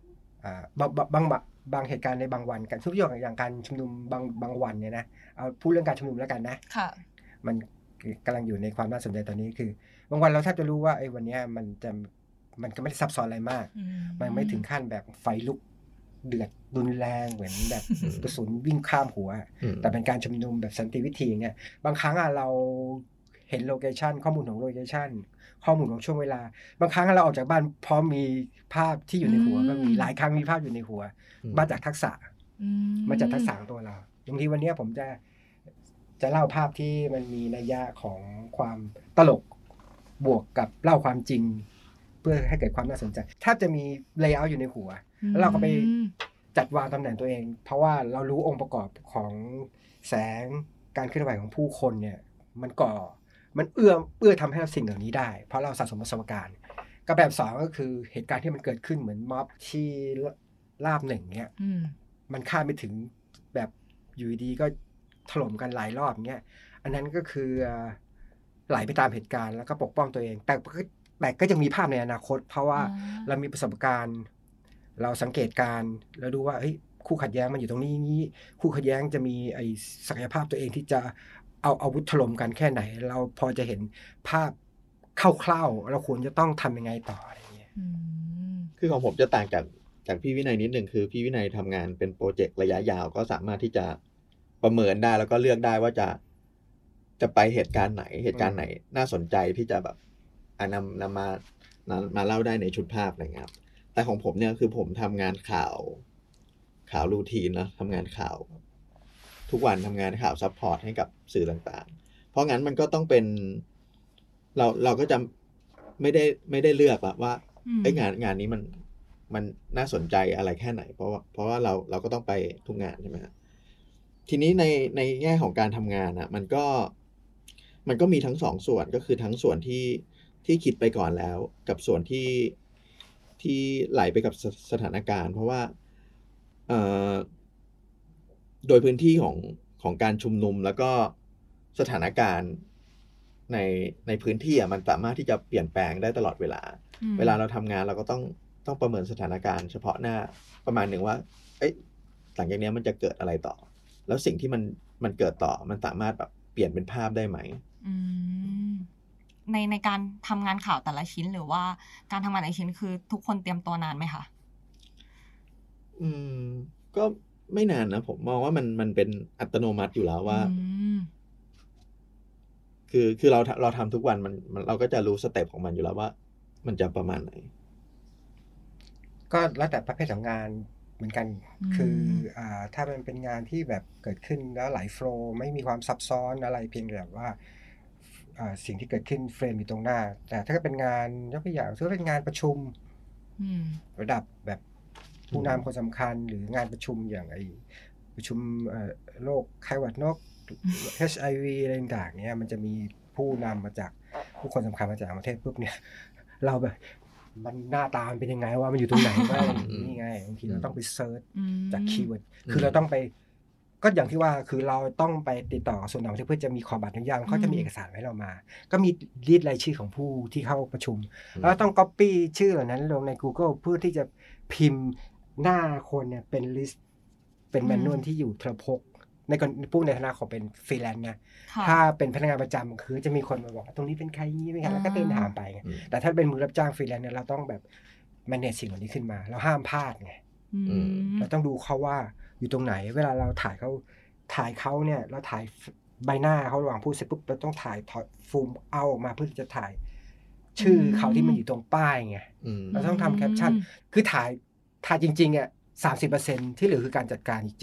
บางเหตุการณ์ในบางวันกันทุกอย่างการชุมนุมบางวันเนี่ยนะเอาพูดเรื่องการชุมนุมแล้วกันนะ
ค่ะ
มันกำลังอยู่ในความน่าสนใจตอนนี้คือบางวันเราแทบจะรู้ว่าไอ้วันนี้มันก็ไม่ได้ซับซ้อนอะไรมากมันไม่ถึงขั้นแบบไฟลุกเดือดรุนแรงเหมือนแบบกระสุนวิ่งข้ามหัวแต่เป็นการชุมนุมแบบสันติวิธีเนี่ยบางครั้งเราเห็นโลเคชันข้อมูลของโลเคชันข้อมูลของช่วงเวลาบางครั้งเราออกจากบ้านพร้อมมีภาพที่อยู่ในหัวก็มีหลายครั้งมีภาพอยู่ในหัวมาจากทักษะของตัวเราบางทีวันนี้ผมจะเล่าภาพที่มันมีนัยยะของความตลกบวกกับเล่าความจริงเพื่อให้เกิดความน่าสนใจแทบจะมีเลเยอร์อยู่ในหัวแล้วเราก็ไปจัดวางตำแหน่งตัวเองเพราะว่าเรารู้องค์ประกอบของแสงการเคลื่อนไหวของผู้คนเนี่ยมันเอื้อทำให้สิ่งเหล่านี้ได้เพราะเราสะสมประสบการณ์กับแบบ2ก็คือเหตุการณ์ที่มันเกิดขึ้นเหมือนม็อบที่ลาบ1เนี่ยมันคาดไม่ถึงแบบอยู่ดีก็ถล่มกันหลายรอบเงี้ยอันนั้นก็คือไหลไปตามเหตุการณ์แล้วก็ปกป้องตัวเองแต่ก็จะมีภาพในอนาคตเพราะว่าเรามีประสบการณ์เราสังเกตการแล้วดูว่าเฮ้ยคู่ขัดแย้งมันอยู่ตรงนี้คู่ขัดแย้งจะมีไอ้ศักยภาพตัวเองที่จะเอาอาวุธถล่มกันแค่ไหนเราพอจะเห็นภาพคร่าวๆเราควรจะต้องทำยังไงต่ออะไรเงี้ย
คือของผมจะต่างจากพี่วินัยนิดนึงคือพี่วินัยทำงานเป็นโปรเจกต์ระยะยาวก็สามารถที่จะประเมินได้แล้วก็เลือกได้ว่าจะไปเหตุการณ์ไหนน่าสนใจที่จะแบบนำมาเล่าได้ในชุดภาพอะไรเงี้ยครับแต่ของผมเนี่ยคือผมทำงานข่าวรูทีนนะทำงานข่าวทุกวันทำงานข่าวซัพพอร์ตให้กับสื่อต่างๆเพราะงั้นมันก็ต้องเป็นเราก็จะไม่ได้เลือกว่าไอ้งานนี้มันน่าสนใจอะไรแค่ไหนเพราะว่าเราก็ต้องไปทุกงานใช่ไหมครับทีนี้ในแง่ของการทำงานมันก็มีทั้ง2ส่วนก็คือทั้งส่วนที่คิดไปก่อนแล้วกับส่วนที่ไหลไปกับสถานการณ์เพราะว่าโดยพื้นที่ของการชุมนุมแล้วก็สถานการณ์ในพื้นที่มันสามารถที่จะเปลี่ยนแปลงได้ตลอดเวลาเราทำงานเราก็ต้องประเมินสถานการณ์เฉพาะหน้าประมาณหนึ่งว่าหลังจากนี้มันจะเกิดอะไรต่อแล้วสิ่งที่มันเกิดต่อมันสามารถแบบเปลี่ยนเป็นภาพได้ไหม
ในการทำงานข่าวแต่ละชิ้นหรือว่าการทำงานแต่ละชิ้นคือทุกคนเตรียมตัวนานไหมคะ
ก็ไม่นานนะผมมองว่ามันเป็นอัตโนมัติอยู่แล้วว่าคือเราทำทุกวันมันเราก็จะรู้สเต็ปของมันอยู่แล้วว่ามันจะประมาณไหน
ก็แล้วแต่ประเภทของงานเหมือนกันคือถ้ามันเป็นงานที่แบบเกิดขึ้นแล้วไหลโฟลว์ไม่มีความซับซ้อนอะไรเพียงแต่ว่าสิ่งที่เกิดขึ้นเฟรมอยู่ตรงหน้าแต่ถ้าเป็นงานยกตัวอย่างเป็นงานประชุมระดับแบบผู้นำคนสำคัญหรืองานประชุมอย่างประชุมโรคไข้หวัดนก HIV อะไรต่างๆเนี่ยมันจะมีผู้นำมาจากผู้คนสำคัญมาจากประเทศปุ๊บเนี่ยเราแบบมันหน้าตามันเป็นยังไงว่ามันอยู่ตรงไหนว่านี่ไงบางทีเราต้องไปเซิร์ชจากคีย์เวิร์ดคือเราต้องไปก็อย่างที่ว่าคือเราต้องไปติดต่อส่วนต่างประเทศเพื่อจะมีขอบัตรอนุญาตเขาจะมีเอกสารให้เรามาก็มีลิสต์รายชื่อของผู้ที่เข้าประชุมแล้วต้อง copy ชื่อเหล่านั้นลงใน Google เพื่อที่จะพิมพ์หน้าคนเนี่ยเป็นลิสต์เป็นแมนนวลที่อยู่เทอพกในคนผู้ในฐานะของเป็นฟรีแลนซ์เนี่ยถ้าเป็นพนักงานประจำคือจะมีคนมาบอกตรงนี้เป็นใครนี้เป็นใครแล้วก็เดินถามไปไงแต่ถ้าเป็นมือรับจ้างฟรีแลนซ์เนี่ยเราต้องแบบ manage สิ่งเหล่านี้ขึ้นมาเราห้ามพลาดไงเราต้องดูเขาว่าอยู่ตรงไหนเวลาเราถ่ายเขาเนี่ยเราถ่ายใบหน้าเขาระหว่างพูดเสร็จปุ๊บเราต้องถ่ายฟูมเอาออกมาเพื่อจะถ่ายชื่อเขาที่มันอยู่ตรงป้ายไงเราต้องทำแคปชั่นคือถ่ายจริงๆอ่ะ30% ที่เหลือคือการจัดการอีก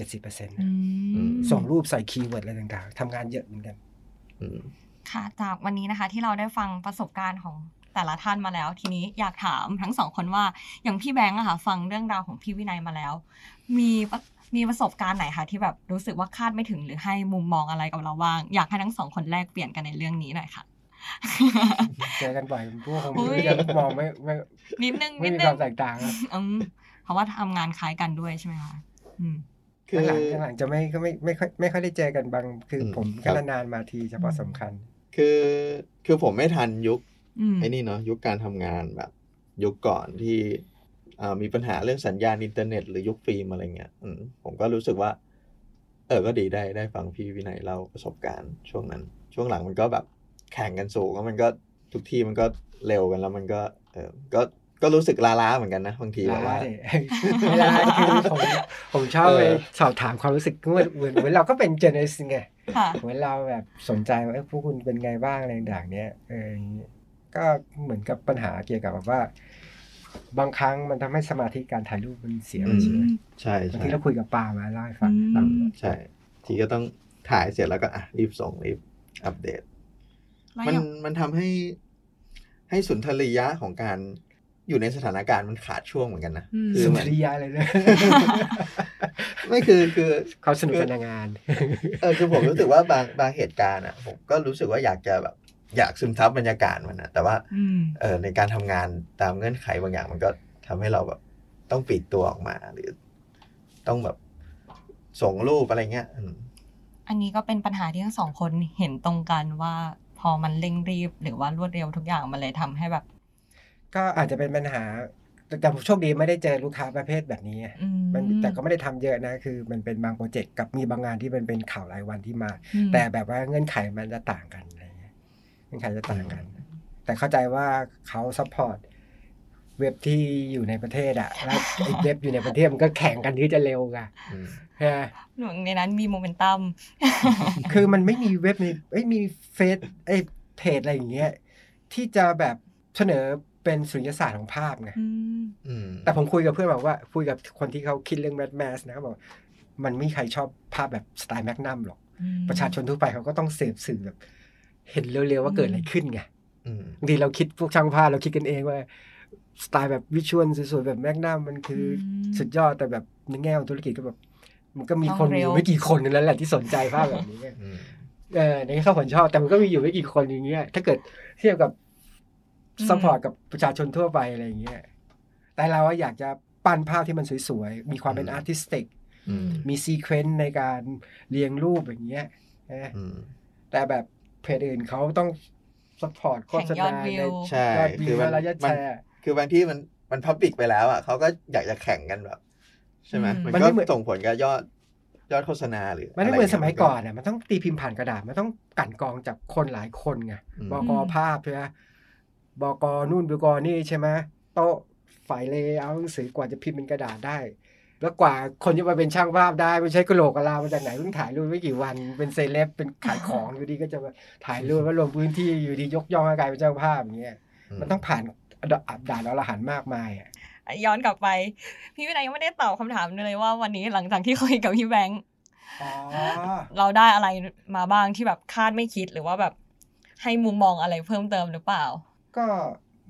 70% ส่งรูปใส่คีย์เวิร์ดอะไรต่างๆทำงานเยอะเหมือนกัน
ค่ะจากวันนี้นะคะที่เราได้ฟังประสบการณ์ของแต่ละท่านมาแล้วทีนี้อยากถามทั้งสองคนว่าอย่างพี่แบงค์อะค่ะฟังเรื่องราวของพี่วินัยมาแล้วมีประสบการณ์ไหนคะที่แบบรู้สึกว่าคาดไม่ถึงหรือให้มุมมองอะไรกับเราบ้างอยากให้ทั้งสองคนแลกเปลี่ยนกันในเรื่องนี้หน่อยค่ะ
เจอกันบ่อยพวกผมยังมองไม่
นิดนึง
ไม่มีความแตกต่าง
เพราะว่าทำงานคล้ายกันด้วยใช่ไหมคะ
คือหลังจะไม่ค่อยได้เจอกันบางคือผมก็นานๆมาทีเฉพาะสำคัญ
คือผมไม่ทันยุคไอ้นี่เนาะยุคการทำงานแบบยุคก่อนที่มีปัญหาเรื่องสัญญาณอินเทอร์เน็ตหรือยุคฟิล์มอะไรเงี้ยผมก็รู้สึกว่าก็ดีได้ฟังพี่วินัยเล่าประสบการณ์ช่วงนั้นช่วงหลังมันก็แบบแข่งกันสูงแล้วมันก็ทุกที่มันก็เร็วกันแล้วมันก็ก็รู้สึกล้าๆเหมือนกันนะบางทีแบบว่า
เวลาคือผมชอบไปสอบถามความรู้สึกเหมือนเราก็เป็นเจเนอเรชั่นไงเหมือนเราแบบสนใจว่าพวกคุณเป็นไงบ้างอะไรต่างๆเนี้ยก็เหมือนกับปัญหาเกี่ยวกับแบบว่าบางครั้งมันทำให้สมาธิการถ่ายรูปมันเสีย
ใช่
บางทีเราคุยกับปามาเล่าให้ฟัง
ใช่ทีก็ต้องถ่ายเสร็จแล้วก็รีบส่งรีบอัปเดตมันทำให้สุนทรียะของการอยู่ในสถานการณ์มันขาดช่วงเหมือนกันนะ
สุนทรียะเลยนะ
ไม่คือ
เขาสนุกในงาน
คือผมรู้สึกว่าบางเหตุการณ์ผมก็รู้สึกว่าอยากจะแบบอยากซึมซับบรรยากาศมันนะแต่ว่าในการทำงานตามเงื่อนไขบางอย่างมันก็ทำให้เราแบบต้องปิดตัวออกมาหรือต้องแบบส่งรูปอะไรเงี้ย
อันนี้ก็เป็นปัญหาที่ทั้งสองคนเห็นตรงกันว่าพอมันเร่งรีบหรือว่ารวดเร็วทุกอย่างมันเลยทำให้แบบ
ก็อาจจะเป็นปัญหาแต่ผมโชคดีไม่ได้เจอลูกค้าประเภทแบบนี้แต่ก็ไม่ได้ทำเยอะนะคือมันเป็นบางโปรเจกต์กับมีบางงานที่มันเป็นข่าวรายวันที่มาแต่แบบว่าเงื่อนไขมันจะต่างกันอะไรเงี้ยเงื่อนไขจะต่างกันแต่เข้าใจว่าเขาซัพพอร์ตเว็บที่อยู่ในประเทศอ่ะแล้วไอ้เว็บอยู่ในประเทศมันก็แข่งกันที่จะเร็วกันใช่
หนูในนั้นมีโมเมนตัม
คือมันไม่มีเว็บมีเฟซเพจอะไรอย่างเงี้ยที่จะแบบเสนอเป็นสุริยศาสตร์ของภาพไงแต่ผมคุยกับเพื่อนบอกว่าคุยกับคนที่เขาคิดเรื่องแมสแมสนะเขาบอกมันไม่มีใครชอบภาพแบบสไตล์แมกนัมหรอกประชาชนทั่วไปเขาก็ต้องเสพสื่อแบบเห็นเร็วๆว่าเกิดอะไรขึ้นไงบางทีเราคิดพวกช่างภาพเราคิดกันเองว่าสไตล์แบบวิชวลสวยๆแบบแมกนัมมันคือสุดยอดแต่แบบในแง่ของธุรกิจก็แบบมันก็มีคนอยู่ไม่กี่คนนั่นแหละที่สนใจภาพแบบนี้ในที่เขาผลชอบแต่มันก็มีอยู่ไม่กี่คนอย่างเงี้ยถ้าเกิดเทียบกับซัพพอร์ตกับประชาชนทั่วไปอะไรอย่างเงี้ยแต่เราอยากจะปั้นภาพที่มันสวยๆมีความเป็นอาร์ติสติกมีซีเควนซ์ในการเรียงรูปอย่างเงี้ยแต่แบบเพจอื่นเขาต้องซัพพอร์ตโฆษณา
ใช่คือบางที่มันพับบิกไปแล้วอ่ะเขาก็อยากจะแข่งกันแบบใช่ไหมมันก็ส่งผลกับยอดโฆษณาหรือ
มันไม่เหมือนสมัยก่อนอ่ะมันต้องตีพิมพ์ผ่านกระดาษมันต้องกั่นกรองจากคนหลายคนไงบก.ภาพใช่ไหมบก.นู่นบก.นี่ใช่ไหมโต๊ะฝ่ายเลเยอร์หนังสือกว่าจะพิมพ์เป็นกระดาษได้แล้วกว่าคนจะมาเป็นช่างภาพได้ไม่ใช่กะโหลกกะลามาจากไหนเพิ่งถ่ายรูปไม่กี่วันเป็นเซเลบเป็นขายของอยู่ดีก็จะมาถ่ายรูปว่าลงพื้นที่อยู่ดียกย่องให้กลายเป็นช่างภาพอย่างเงี้ยมันต้องผ่านด่านอรหันต์มากมายอ่ะ
ย้อนกลับไปพี่วินัยยังไม่ได้ตอบคำถามเลยว่าวันนี้หลังจากที่คุยกับพี่แบงค์เราได้อะไรมาบ้างที่แบบคาดไม่คิดหรือว่าแบบให้มุมมองอะไรเพิ่มเติมหรือเปล่า
ก็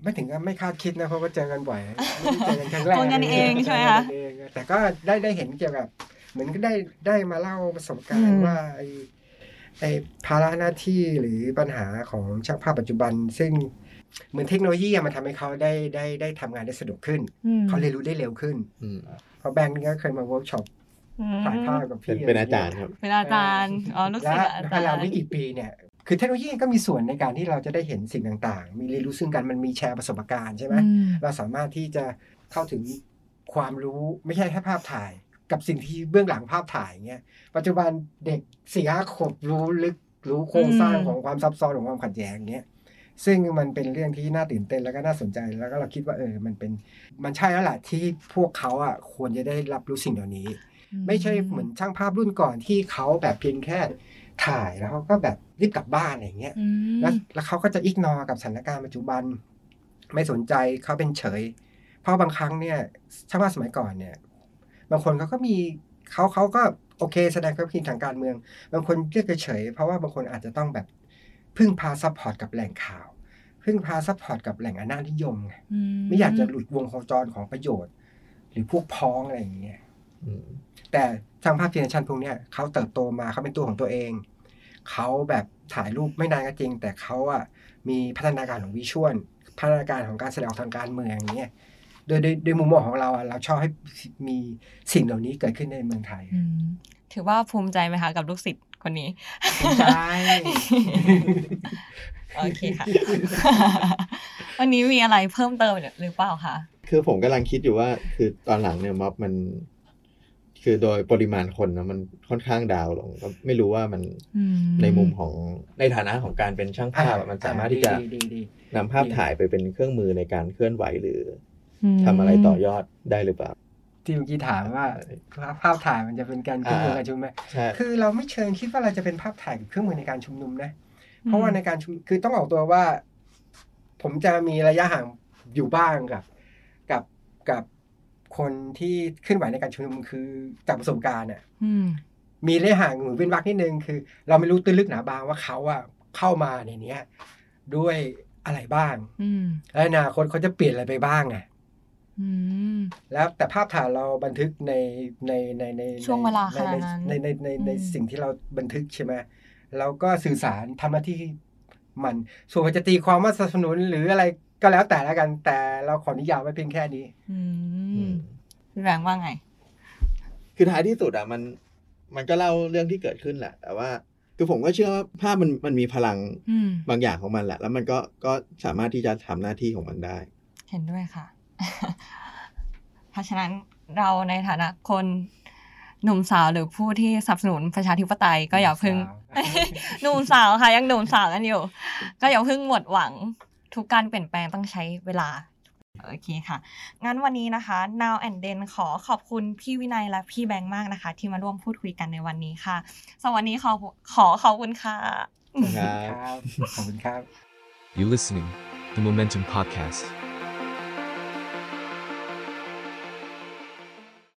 ไม่ถึงกับไม่คาดคิดนะเพราะว่าเจอกันบ่อยไม่ได้เจอกันครั้งแรก
คนกันเองใช่ไหมคะ
แต่ก็ได้เห็นเกี่ยวกับเหมือนก็ได้มาเล่าประสบการณ์ว่าไอ้ภาระหน้าที่หรือปัญหาของช่างภาพปัจจุบันซึ่งเหมือนเทคโนโลยีมันทำให้เขาได้ทำงานได้สะดวกขึ้นเขาเรียนรู้ได้เร็วขึ้นเพราะแบงค์ก็เคยมาเวิร์กช็อปถ่ายภาพกับพี่
เป็นอาจารย์ครับ
เป็นอาจารย์ลูกศิษย์อาจารย์
แล้วไม่กี่ปีเนี่ยคือเทคโนโลยีก็มีส่วนในการที่เราจะได้เห็นสิ่งต่างๆมีเรียนรู้ซึ่งกันมันมีแชร์ประสบการณ์ใช่ไหมเราสามารถที่จะเข้าถึงความรู้ไม่ใช่แค่ภาพถ่ายกับสิ่งที่เบื้องหลังภาพถ่ายเงี้ยปัจจุบันเด็ก 4-5 ขวบรู้ลึกรู้โครงสร้างของความซับซ้อนของความขัดแย้งเงี้ยซึ่งมันเป็นเรื่องที่น่าตื่นเต้นแล้วก็น่าสนใจแล้วก็เราคิดว่ามันใช่แล้วแหละที่พวกเขาอ่ะควรจะได้รับรู้สิ่งเหล่านี้ไม่ใช่เหมือนช่างภาพรุ่นก่อนที่เขาแบบเพียงแค่ถ่ายแล้วเขาก็แบบรีบกลับบ้านอะไรอย่างเงี้ยแล้วเขาก็จะอิกนอกับสถานการณ์ปัจจุบันไม่สนใจเขาเป็นเฉยเพราะบางครั้งเนี่ยช่างภาพสมัยก่อนเนี่ยบางคนเขาก็มีเขาก็โอเคแสดงความคิดทางการเมืองบางคนเรียกเฉยเพราะว่าบางคนอาจจะต้องแบบพึ่งพาซัพพอร์ตกับแหล่งข่าวพึ่งพาซัพพอร์ตกับแหล่งอำนาจนิยมไงไม่อยากจะหลุดวงโคจรของประโยชน์หรือพวกพ้องอะไรอย่างเงี้ยแต่ช่างภาพเจเนอเรชันพวกเนี้ยเขาเติบโตมาเขาเป็นตัวของตัวเองเขาแบบถ่ายรูปไม่นานก็จริงแต่เขาอ่ะมีพัฒนาการของวิชวลพัฒนาการของการแสดงออกทางการเมืองอย่างเงี้ยโดยมุมมองของเราอ่ะเราชอบให้มีสิ่งเหล่านี้เกิดขึ้นในเมืองไทย
ถือว่าภูมิใจไหมคะกับลูกศิษย์คนนี้
ภูมิใจ
โอเคค่ะวันนี้มีอะไรเพิ่มเติมหรือเปล่าคะ
คือผมกำลังคิดอยู่ว่าคือตอนหลังเนี่ยม็อบมันคือโดยปริมาณคนนะมันค่อนข้างดาวลงก็ไม่รู้ว่ามันในมุมของในฐานะของการเป็นช่างภาพมันสามารถที่จะนำภาพถ่ายไปเป็นเครื่องมือในการเคลื่อนไหวหรือทำอะไรต่อยอดได้หรือเปล่า
ที่เมื่อกี้ถามว่าภาพถ่ายมันจะเป็นการเครื่องมือการชุมนุมไหมคือเราไม่เชิงคิดว่าเราจะเป็นภาพถ่ายกับเครื่องมือในการชุมนุมนะเพราะว่าในการชุมคือต้องออกตัวว่าผมจะมีระยะห่างอยู่บ้างกับคนที่เคลื่อนไหวในการชุมนุมคือจากประสบการณ์อ่ะมีระยะห่างเหมือนเว้นวรรคนิดนึงคือเราไม่รู้ตื้นลึกหนาบางว่าเขาอ่ะเข้ามาในนี้ด้วยอะไรบ้างและอนาคตเขาจะเปลี่ยนอะไรไปบ้างอ่ะแล้วแต่ภาพถ่ายเราบันทึกใน
ช่วงเวลาขนาดนั้น
ในสิ่งที่เราบันทึกใช่ไหมเราก็สื่อสารทำหน้าที่มันส่วนจะตีความว่าสนับสนุนหรืออะไรก็แล้วแต่ละกันแต่เราขอนิยามไว้เพียงแค่นี้
พี่แบงค์ว่าไง
คือท้ายที่สุดอ่ะมันก็เล่าเรื่องที่เกิดขึ้นแหละแต่ว่าคือผมก็เชื่อว่าภาพมันมีพลังบางอย่างของมันแหละแล้วมันก็สามารถที่จะทำหน้าที่ของมันได้
เห็นด้วยค่ะ เพราะฉะนั้นเราในฐานะคนหนุ่มสาวหรือผู้ที่สนับสนุนประชาธิปไตยก็อย่าพึ่ง หนุ่มสาวค่ะยังหนุ่มสาวกันอยู่ก็อย่าพึ่งหมดหวังทุกการเปลี่ยนแปลงต้องใช้เวลาโอเคค่ะงั้นวันนี้นะคะ Now and Then ขอบคุณพี่วินัยและพี่แบงค์มากนะคะที่มาร่วมพูดคุยกันในวันนี้ค่ะสวัสดีขอบคุณค่ะ
ขอบคุณครับ
You listening The Momentum Podcast